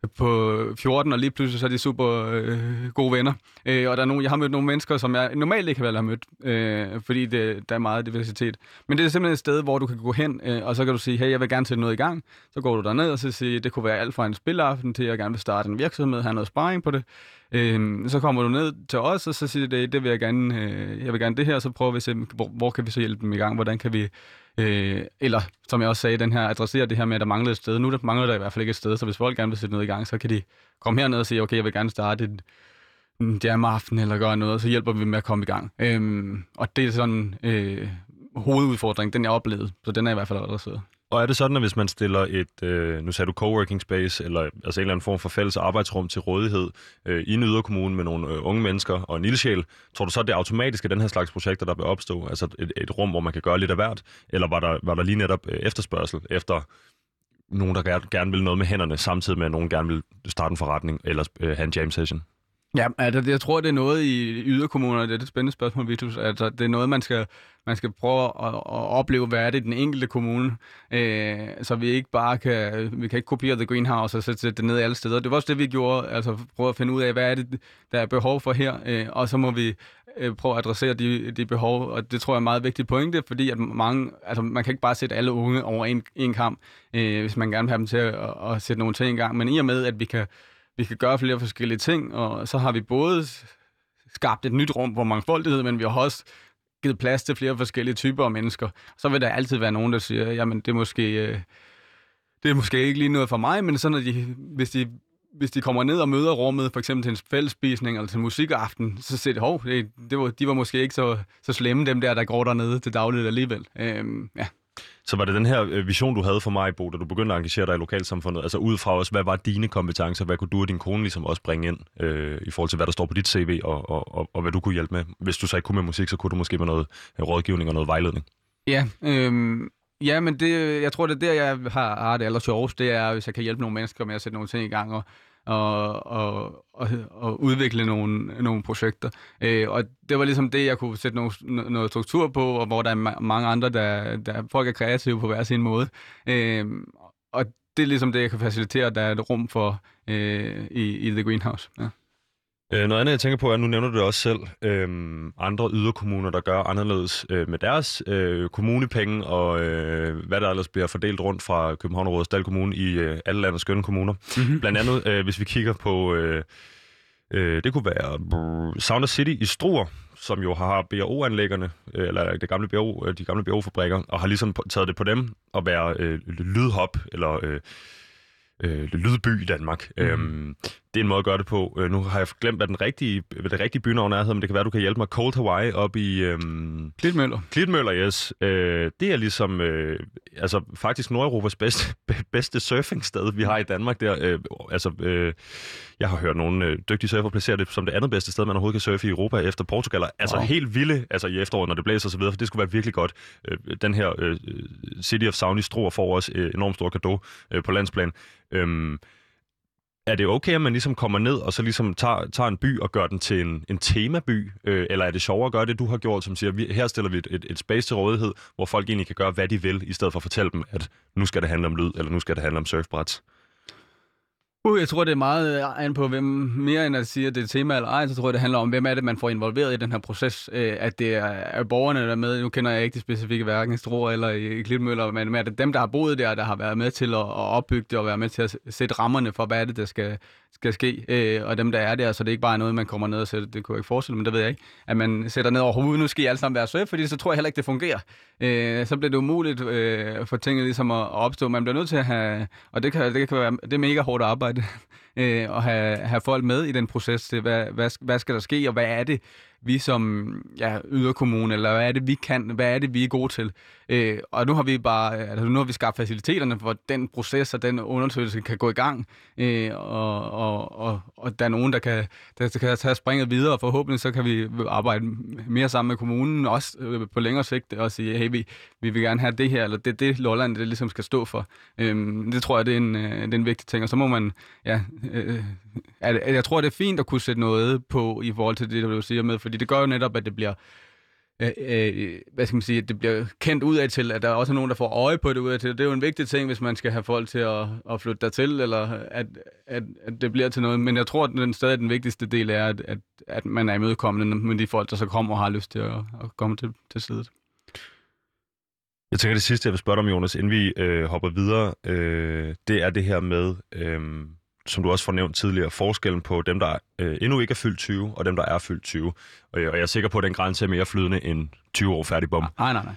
på fjorten, og lige pludselig så er de super øh, gode venner. Øh, og der er nogle, jeg har mødt nogle mennesker, som jeg normalt ikke har mødt, øh, fordi det, der er meget diversitet. Men det er simpelthen et sted, hvor du kan gå hen, øh, og så kan du sige, hey, jeg vil gerne sætte noget i gang. Så går du derned og så siger, det kunne være alt fra en spilaften til, at jeg gerne vil starte en virksomhed, have noget sparring på det. Øh, så kommer du ned til os, og så siger det, det vil jeg gerne, øh, jeg vil gerne det her, og så prøver vi at se, hvor, hvor kan vi så hjælpe dem i gang, hvordan kan vi Øh, eller, som jeg også sagde, den her adresserer det her med, at der mangler et sted. Nu der mangler der i hvert fald ikke et sted, så hvis folk gerne vil sætte noget i gang, så kan de komme herned og sige, okay, jeg vil gerne starte et, en jam-aften eller gøre noget, og så hjælper vi med at komme i gang. Øhm, og det er sådan øh, hovedudfordring, den jeg oplevede, så den er i hvert fald adresseret. Og er det sådan, at hvis man stiller et, øh, nu sagde du coworking space, eller altså en eller anden form for fælles arbejdsrum til rådighed øh, i en yderkommune med nogle øh, unge mennesker og en ildsjæl, tror du så, at det er automatisk af den her slags projekter, der vil opstå? Altså et, et rum, hvor man kan gøre lidt af hvert? Eller var der, var der lige netop øh, efterspørgsel efter nogen, der gerne, gerne vil noget med hænderne, samtidig med at nogen gerne vil starte en forretning eller øh, have en jam session? Ja, altså, jeg tror, det er noget i yderkommunerne, det er et spændende spørgsmål, Vitus. Altså, det er noget, man skal, man skal prøve at, at opleve, hvad er det i den enkelte kommune, øh, så vi ikke bare kan, vi kan ikke kopiere The Greenhouse og sætte det ned alle steder. Det var også det, vi gjorde, altså prøve at finde ud af, hvad er det, der er behov for her, øh, og så må vi øh, prøve at adressere de, de behov, og det tror jeg er en meget vigtig pointe, fordi at mange, altså, man kan ikke bare sætte alle unge over en, en kamp, øh, hvis man gerne vil have dem til at, at, at sætte nogle ting i gang, men i og med, at vi kan Vi kan gøre flere forskellige ting, og så har vi både skabt et nyt rum for mangfoldighed, men vi har også givet plads til flere forskellige typer af mennesker. Så vil der altid være nogen, der siger, jamen det er måske, det er måske ikke lige noget for mig, men sådan, at de, hvis, de, hvis de kommer ned og møder rummet, for eksempel til en fællesspisning eller til en musikaften, så siger de, hov, det, det var, de var måske ikke så, så slemme, dem der, der går dernede til dagligt alligevel. Øhm, ja. Så var det den her vision, du havde for mig, Bo, da du begyndte at engagere dig i lokalsamfundet? Altså ud fra os, hvad var dine kompetencer? Hvad kunne du og din kone ligesom også bringe ind øh, i forhold til, hvad der står på dit C V, og, og, og, og hvad du kunne hjælpe med? Hvis du så ikke kunne med musik, så kunne du måske med noget rådgivning og noget vejledning. Ja, øhm, ja men det, jeg tror, det er der, jeg har, har det aller sjovest. Det er, hvis jeg kan hjælpe nogle mennesker med at sætte nogle ting i gang og, og, og, og, og udvikle nogle, nogle projekter. Øh, og det var ligesom det, jeg kunne sætte noget, noget struktur på, og hvor der er mange andre, der, der folk er kreative på hver sin måde. Øh, og det er ligesom det, jeg kan facilitere, der er et rum for øh, i, i The Greenhouse. Ja. Øh, noget andet, jeg tænker på, er, nu nævner du det også selv, øh, andre yderkommuner, der gør anderledes øh, med deres øh, kommunepenge, og øh, hvad der ellers bliver fordelt rundt fra København og Rudersdal Kommune i øh, alle landets skønne kommuner. Mm-hmm. Blandt andet, øh, hvis vi kigger på, øh, øh, det kunne være brrr, Sauna City i Struer, som jo har B og O-anlæggerne, øh, eller det gamle B og O, de gamle B og O-fabrikker, og har ligesom taget det på dem at være øh, lydhop, eller øh, øh, lydby i Danmark. Mm. Øhm, det er en måde at gøre det på. Øh, nu har jeg glemt, hvad den rigtige, hvad det rigtige bynavn er, men det kan være, du kan hjælpe mig. Cold Hawaii op i... Øhm, Klitmøller. Klitmøller, yes. Øh, det er ligesom øh, altså faktisk Nordeuropas bedste, bedste surfingsted, vi har i Danmark der. Øh, altså, øh, jeg har hørt nogle øh, dygtige surfer placere det som det andet bedste sted, man overhovedet kan surfe i Europa efter Portugal. Altså wow. Helt vilde, altså i efteråret, når det blæser og så videre, for det skulle være virkelig godt. Øh, den her øh, City of Sound i Struer får også øh, enormt stor cadeau øh, på landsplan. Øh, Er det okay, at man ligesom kommer ned og så ligesom tager, tager en by og gør den til en, en temaby? Øh, eller er det sjovere at gøre det, du har gjort, som siger, vi, her stiller vi et, et, et space til rådighed, hvor folk egentlig kan gøre, hvad de vil, i stedet for at fortælle dem, at nu skal det handle om lyd, eller nu skal det handle om surfbræt? Uh, jeg tror, det er meget an på, hvem mere end at sige, at det er et tema eller ej, så tror jeg, det handler om, hvem er det, man får involveret i den her proces. Øh, at det er, er borgerne, der er med. Nu kender jeg ikke de specifikke hverken i Struer eller i, i Klitmøller, men er det dem, der har boet der, der har været med til at, at opbygge det og være med til at sætte rammerne for, hvad er det, der skal, skal ske. Øh, og dem, der er der, så det er ikke bare noget, man kommer ned og sætter, det kunne jeg ikke forestille, men det ved jeg ikke, at man sætter ned over hovedet, nu skal I alle sammen være surf, fordi så tror jeg heller ikke, det fungerer. Øh, så bliver det umuligt øh, for tingene ligesom at, at opstå. Man bliver nødt til at have, og det kan, det kan være, det er mega hårdt arbejde. øh, og have, have folk med i den proces til, hvad, hvad, hvad skal der ske, og hvad er det, vi som ja, yderkommune, eller hvad er det, vi kan, hvad er det, vi er gode til. Øh, og nu har vi bare, altså nu har vi skabt faciliteterne for, den proces og den undersøgelse kan gå i gang, øh, og, og, og, og der er nogen, der kan, der kan tage springet videre, og forhåbentlig så kan vi arbejde mere sammen med kommunen, også øh, på længere sigt, og sige, hey, vi, vi vil gerne have det her, eller det det Lolland, det ligesom skal stå for. Øh, det tror jeg, det er, en, det er en vigtig ting, og så må man, ja, øh, jeg tror, det er fint at kunne sætte noget på i forhold til det, du siger med, fordi det gør jo netop, at det bliver Øh, øh, hvad skal man sige, at det bliver kendt ud af til, at der er også nogen, der får øje på det ud af til. Det er jo en vigtig ting, hvis man skal have folk til at, at flytte dertil, eller at, at, at det bliver til noget. Men jeg tror, at den stadig den vigtigste del er, at, at, at man er imødekommende med de folk, der så kommer og har lyst til at, at komme til, til stedet. Jeg tænker, det sidste, jeg vil spørge dig om, Jonas, inden vi øh, hopper videre, øh, det er det her med, øh, som du også får nævnt tidligere, forskellen på dem, der øh, endnu ikke er fyldt tyve, og dem, der er fyldt tyve. Og, og jeg er sikker på, at den grænse er mere flydende end tyve år færdig bom. Nej, nej,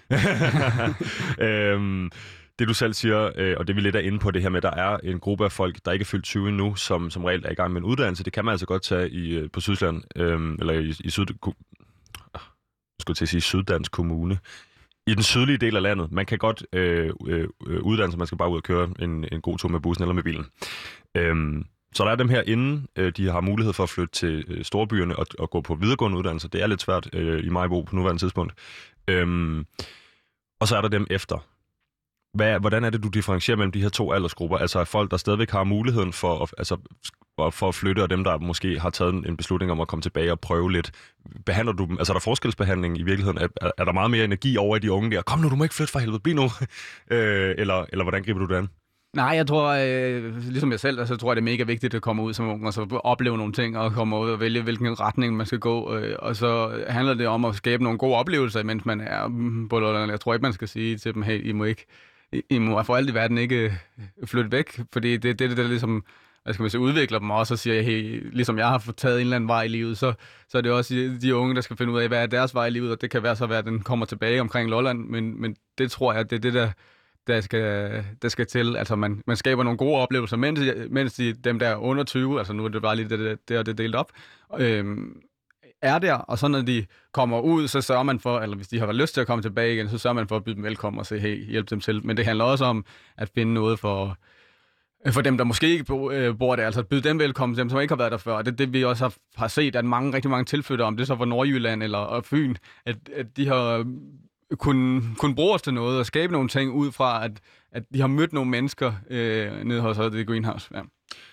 nej. øhm, det du selv siger, øh, og det vi lidt er inde på det her med, at der er en gruppe af folk, der ikke er fyldt tyve endnu, som, som reelt er i gang med en uddannelse. Det kan man altså godt tage i, på Sydsjælland, øh, eller i, i Syd... Jeg skulle til at sige Syddansk Kommune. I den sydlige del af landet. Man kan godt øh, øh, uddanne sig, man skal bare ud og køre en, en god tur med bussen eller med bilen. Øhm, så der er dem her inden, øh, de har mulighed for at flytte til øh, storbyerne og, og gå på videregående uddannelser. Det er lidt svært øh, i Maribo på nuværende tidspunkt. Øhm, og så er der dem efter. Hvad, hvordan er det, du differentierer mellem de her to aldersgrupper? Altså folk, der stadigvæk har muligheden for at, altså, for at flytte, og dem, der måske har taget en beslutning om at komme tilbage og prøve lidt. Behandler du dem? Altså er der forskelsbehandling i virkeligheden? Er, er der meget mere energi over i de unge der? Kom nu, du må ikke flytte for helvede, bliv nu. øh, eller, eller hvordan griber du det an? Nej, jeg tror, øh, ligesom jeg selv, altså, jeg tror, det er mega vigtigt at komme ud som ung, og så opleve nogle ting, og komme ud og vælge, hvilken retning man skal gå. Øh, og så handler det om at skabe nogle gode oplevelser, mens man er på Lolland. Jeg tror ikke, man skal sige til dem, hey, I må ikke, I, I må for alt i verden ikke flytte væk, fordi det er det, der ligesom, hvad skal man sige, udvikler dem også og siger, hey, ligesom jeg har fået taget en eller anden vej i livet, så, så er det også de unge, der skal finde ud af, hvad er deres vej i livet, og det kan være så være, at den kommer tilbage omkring Lolland, men, men det tror jeg, det er det, der Der skal, der skal til. Altså, man, man skaber nogle gode oplevelser, mens, mens de, dem, der er under tyve, altså nu er det bare lige det, det, det, det delt op, øhm, er der, og så når de kommer ud, så sørger man for, eller hvis de har lyst til at komme tilbage igen, så sørger man for at byde dem velkommen og sige, hey, hjælp dem til. Men det handler også om at finde noget for, for dem, der måske ikke bor der, altså at byde dem velkommen, dem, som ikke har været der før. Og det det, vi også har, har set, at mange, rigtig mange tilflyttere, om det så fra Nordjylland eller Fyn, at, at de har kunne, kunne bruge os til noget og skabe nogle ting ud fra, at, at de har mødt nogle mennesker øh, nede hos The Greenhouse. Ja.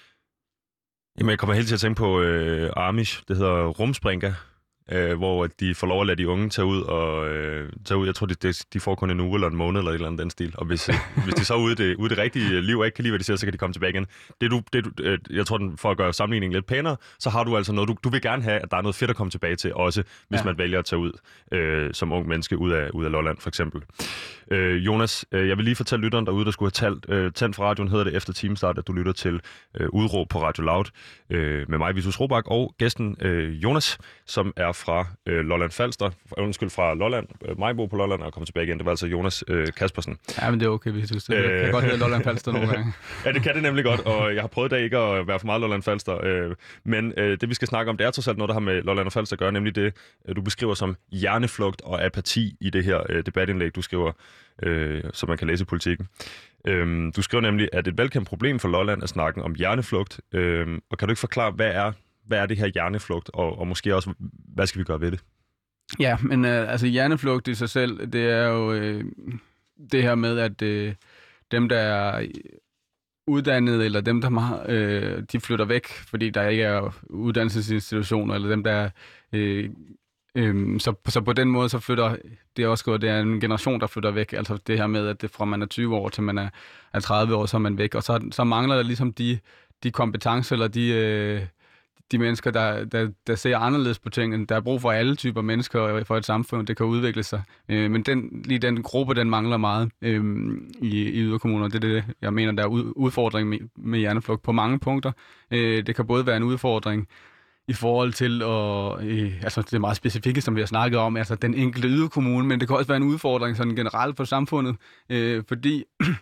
Jamen, jeg kommer helt til at tænke på øh, Amish, det hedder Rumspringa, øh, hvor de får lov at lade de unge tage ud og øh, tage ud. Jeg tror, de, de får kun en uge eller en måned eller et eller andet den stil. Og hvis, øh, hvis de så er ude i det, ude det rigtige liv og ikke kan lide, hvad de siger, så kan de komme tilbage igen. Det du, det du, øh, jeg tror, for at gøre sammenligningen lidt pænere, så har du altså noget, du, du vil gerne have, at der er noget fedt at komme tilbage til, også hvis ja. man vælger at tage ud øh, som ung menneske ud af, ud af Lolland, for eksempel. Øh, Jonas, øh, jeg vil lige fortælle lytteren derude, der skulle have talt, øh, tændt for radioen, hedder det efter timestart, at du lytter til øh, Udråb på Radio Loud øh, med mig, Vitus Robak, og gæsten øh, Jonas, som er fra øh, Lolland Falster, undskyld, fra Lolland, øh, Maribo på Lolland, og kommer tilbage igen. Det var altså Jonas øh, Kaspersen. Ja, men det er okay, Vitus. Det øh... kan godt hedde Lolland Falster nogle gange. Ja, det kan det nemlig godt, og jeg har prøvet da ikke at være for meget Lolland Falster. Øh, men øh, det, vi skal snakke om, det er trods alt noget, der har med Lolland og Falster at gøre, nemlig det, øh, du beskriver som hjerneflugt og apati i det her øh, debatindlæg, du skriver, øh, som man kan læse i Politikken. Øh, du skriver nemlig, at et velkendt problem for Lolland er snakken om hjerneflugt. Øh, og kan du ikke forklare, hvad er, hvad er det her hjerneflugt, og, og måske også, hvad skal vi gøre ved det? Ja, men øh, altså hjerneflugt i sig selv, det er jo øh, det her med, at øh, dem, der er uddannet, eller dem, der har, øh, de flytter væk, fordi der ikke er uddannelsesinstitutioner, eller dem, der øh, øh, så, så på den måde, så flytter det er også gået, det er en generation, der flytter væk, altså det her med, at det fra man er tyve år til man er, er tredive år, så er man væk, og så, så mangler der ligesom de, de kompetencer, eller de... Øh, de mennesker, der, der, der ser anderledes på tingene. Der er brug for alle typer mennesker for et samfund, det kan udvikle sig. Øh, men den, lige den gruppe, den mangler meget øh, i, i yderkommuner. Det er det, jeg mener, der er udfordring med, med hjerneflugt på mange punkter. Øh, det kan både være en udfordring i forhold til, og, øh, altså det er meget specifikke, som vi har snakket om, altså den enkelte yderkommune, men det kan også være en udfordring sådan generelt for samfundet, øh, fordi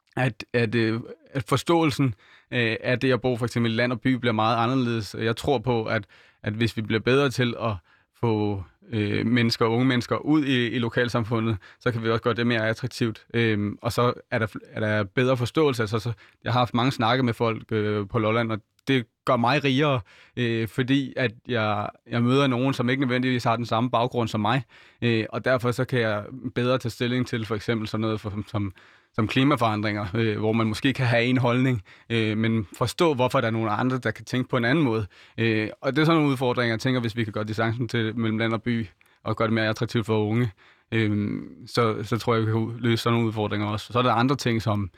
at, at, at forståelsen af det at bo for eksempel i land og by bliver meget anderledes. Jeg tror på, at, at hvis vi bliver bedre til at få øh, mennesker, unge mennesker ud i, i lokalsamfundet, så kan vi også gøre det mere attraktivt. Øhm, og så er der, er der bedre forståelse. Altså, så, jeg har haft mange snakke med folk øh, på Lolland, og det gør mig rigere, øh, fordi at jeg, jeg møder nogen, som ikke nødvendigvis har den samme baggrund som mig. Øh, og derfor så kan jeg bedre tage stilling til for eksempel sådan noget for, som som klimaforandringer, øh, hvor man måske kan have en holdning, øh, men forstå, hvorfor der er nogle andre, der kan tænke på en anden måde. Øh, og det er sådan nogle udfordringer, jeg tænker, hvis vi kan gøre distancen til mellem land og by, og gøre det mere attraktivt for unge, øh, så, så tror jeg, vi kan løse sådan nogle udfordringer også. Så er der andre ting, som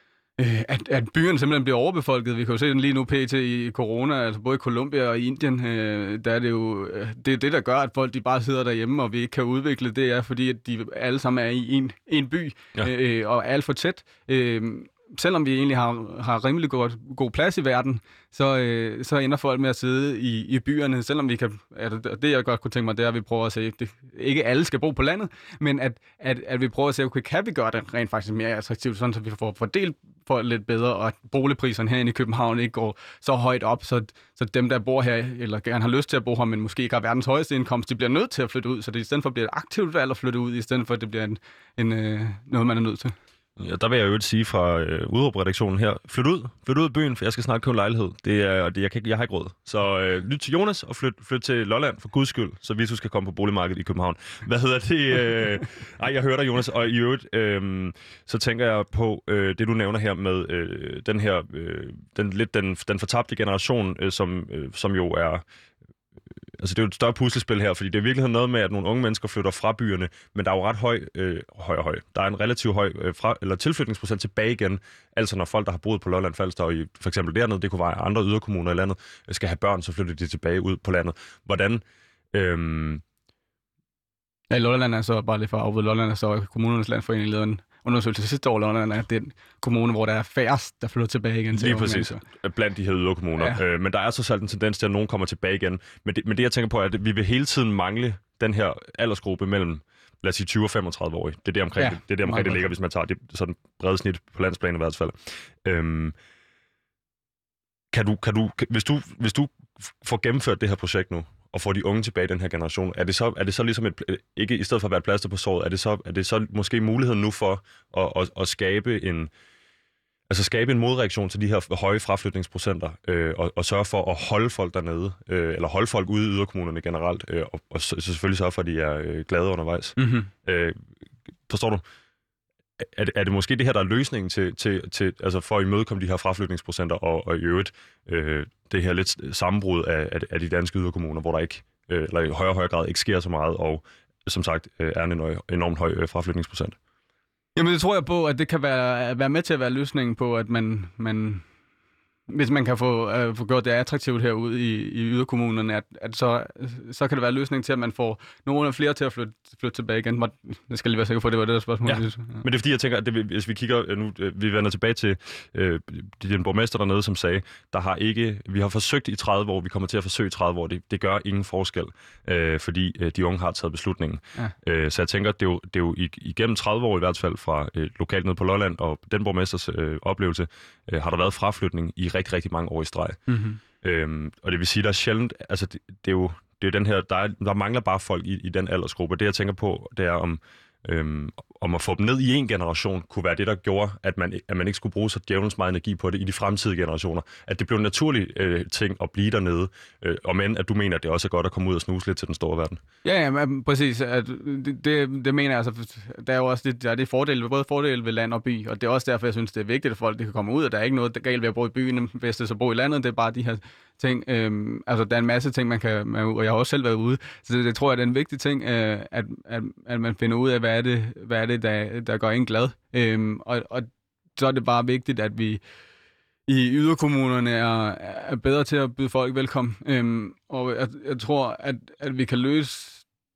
øh, at, at byerne simpelthen bliver overbefolket. Vi kan jo se den lige nu pt. I corona, altså både i Colombia og i Indien, øh, der er det jo det, er det, der gør, at folk de bare sidder derhjemme, og vi ikke kan udvikle det, er fordi, at de alle sammen er i en, en by, ja. øh, og er alt for tæt. Øh, selvom vi egentlig har, har rimelig god, god plads i verden, så, øh, så ender folk med at sidde i, i byerne, selvom vi kan, altså, det jeg godt kunne tænke mig, det er, at vi prøver at se, det, ikke alle skal bo på landet, men at, at, at vi prøver at se, okay, kan vi gøre det rent faktisk mere attraktivt, sådan så vi får fordelt for lidt bedre, og at boligpriserne herinde i København ikke går så højt op, så, så dem, der bor her, eller gerne har lyst til at bo her, men måske ikke har verdens højeste indkomst, de bliver nødt til at flytte ud, så det i stedet for bliver et aktivt valg at flytte ud, i stedet for at det bliver en, en, øh, noget, man er nødt til. Ja, der vil jeg jo sige fra øh, udråbredaktionen her, flyt ud, flyt ud af byen, for jeg skal snart købe en lejlighed. Det er, det, jeg, kan, jeg har ikke råd. Så øh, lyt til Jonas og flyt, flyt til Lolland, for guds skyld, så Vitus skal komme på boligmarkedet i København. Hvad hedder det? Øh, ej, jeg hører dig, Jonas, og i øvrigt, øh, så tænker jeg på øh, det, du nævner her med øh, den her, øh, den, lidt den, den fortabte generation, øh, som, øh, som jo er... Altså det er jo et større puslespil her, fordi det er i virkeligheden noget med, at nogle unge mennesker flytter fra byerne, men der er jo ret høj, øh, høj, høj. Der er en relativt høj øh, fra, eller tilflytningsprocent tilbage igen. Altså når folk, der har boet på Lolland Falster, og i, for eksempel dernede, det kunne være andre yderkommuner i landet, skal have børn, så flytter de tilbage ud på landet. Hvordan... Øh... Ja, Lolland er så, bare lidt for at afbryde, Lolland er så Kommunernes Landsforening lavede en undersøgelse sidste år, Lolland er den kommune, hvor der er færrest, der flytter tilbage igen til. Lige præcis, mennesker. Blandt de her yderkommuner. Ja. Øh, men der er så selv en tendens til, at nogen kommer tilbage igen. Men det, men det jeg tænker på, er, at vi vil hele tiden mangle den her aldersgruppe mellem, lad os sige, tyve og femogtredive år. Det er det omkring, ja, det, det, er det, omkring det ligger, hvis man tager det sådan brede snit på landsplan i hvert fald. Øhm, kan du, kan du, hvis, du, hvis du får gennemført det her projekt nu, og får de unge tilbage i den her generation, er det så, er det så ligesom et, ikke i stedet for at være et plaster på såret, er det så, er det så måske muligheden nu for at, at, at skabe en, altså skabe en modreaktion til de her høje fraflytningsprocenter, øh, og, og sørge for at holde folk dernede, øh, eller holde folk ude i yderkommunerne generelt, øh, og, og så, så selvfølgelig sørge for, at de er øh, glade undervejs. Mm-hmm. Øh, forstår du? Er det, er det måske det her, der er løsningen til, til, til, altså for at imødekomme de her fraflytningsprocenter, og, og i øvrigt øh, det her lidt sammenbrud af, af, af de danske yderkommuner, hvor der ikke, øh, eller i højere og højere grad ikke sker så meget, og som sagt øh, er en enormt høj øh, fraflytningsprocent? Jamen det tror jeg på, at det kan være, være med til at være løsningen på, at man, man hvis man kan få, øh, få gjort det attraktivt herude i, i yderkommunerne, at, at så, så kan det være løsningen til, at man får nogle flere til at flytte, flytte tilbage igen. Jeg skal lige være sikker på, at det var det der spørgsmål. Ja. Ja. Men det er fordi, jeg tænker, at det, hvis vi kigger, nu vi vender tilbage til øh, den borgmester dernede, som sagde, der har ikke, vi har forsøgt i tredive år, vi kommer til at forsøge i tredive år, det, det gør ingen forskel, øh, fordi øh, de unge har taget beslutningen. Ja. Øh, så jeg tænker, at det er jo, det er jo igennem tredive år i hvert fald fra øh, lokalt nede på Lolland, og den borgmesters øh, oplevelse, øh, har der været fraflytning i rigtig, rigtig mange år i streg. Mm-hmm. Øhm, og det vil sige, der er sjældent, altså det, det er jo det er den her, der, er, der mangler bare folk i, i den aldersgruppe. Det jeg tænker på, det er om, øhm, om at få dem ned i en generation, kunne være det, der gjorde, at man, at man ikke skulle bruge så djævelens meget energi på det i de fremtidige generationer. At det blev en naturlig øh, ting at blive dernede, øh, og men at du mener, at det også er godt at komme ud og snuse lidt til den store verden. Ja, ja, men præcis. At det, det, det mener jeg altså, der er jo også det, der er det fordele, både fordele ved land og by, og det er også derfor, jeg synes, det er vigtigt, at folk de kan komme ud, og der er ikke noget galt ved at bo i byen, hvis det så bo i landet, det er bare de her ting. Øhm, altså, der er en masse ting, man kan, man, og jeg har også selv været ude, så det, det tror jeg, det er en vigtig ting, øh, at, at, at man finder ud af, hvad er det, hvad er det der, der gør en glad. Øhm, og, og så er det bare vigtigt, at vi i yderkommunerne er, er bedre til at byde folk velkommen. Øhm, og jeg, jeg tror, at, at vi kan løse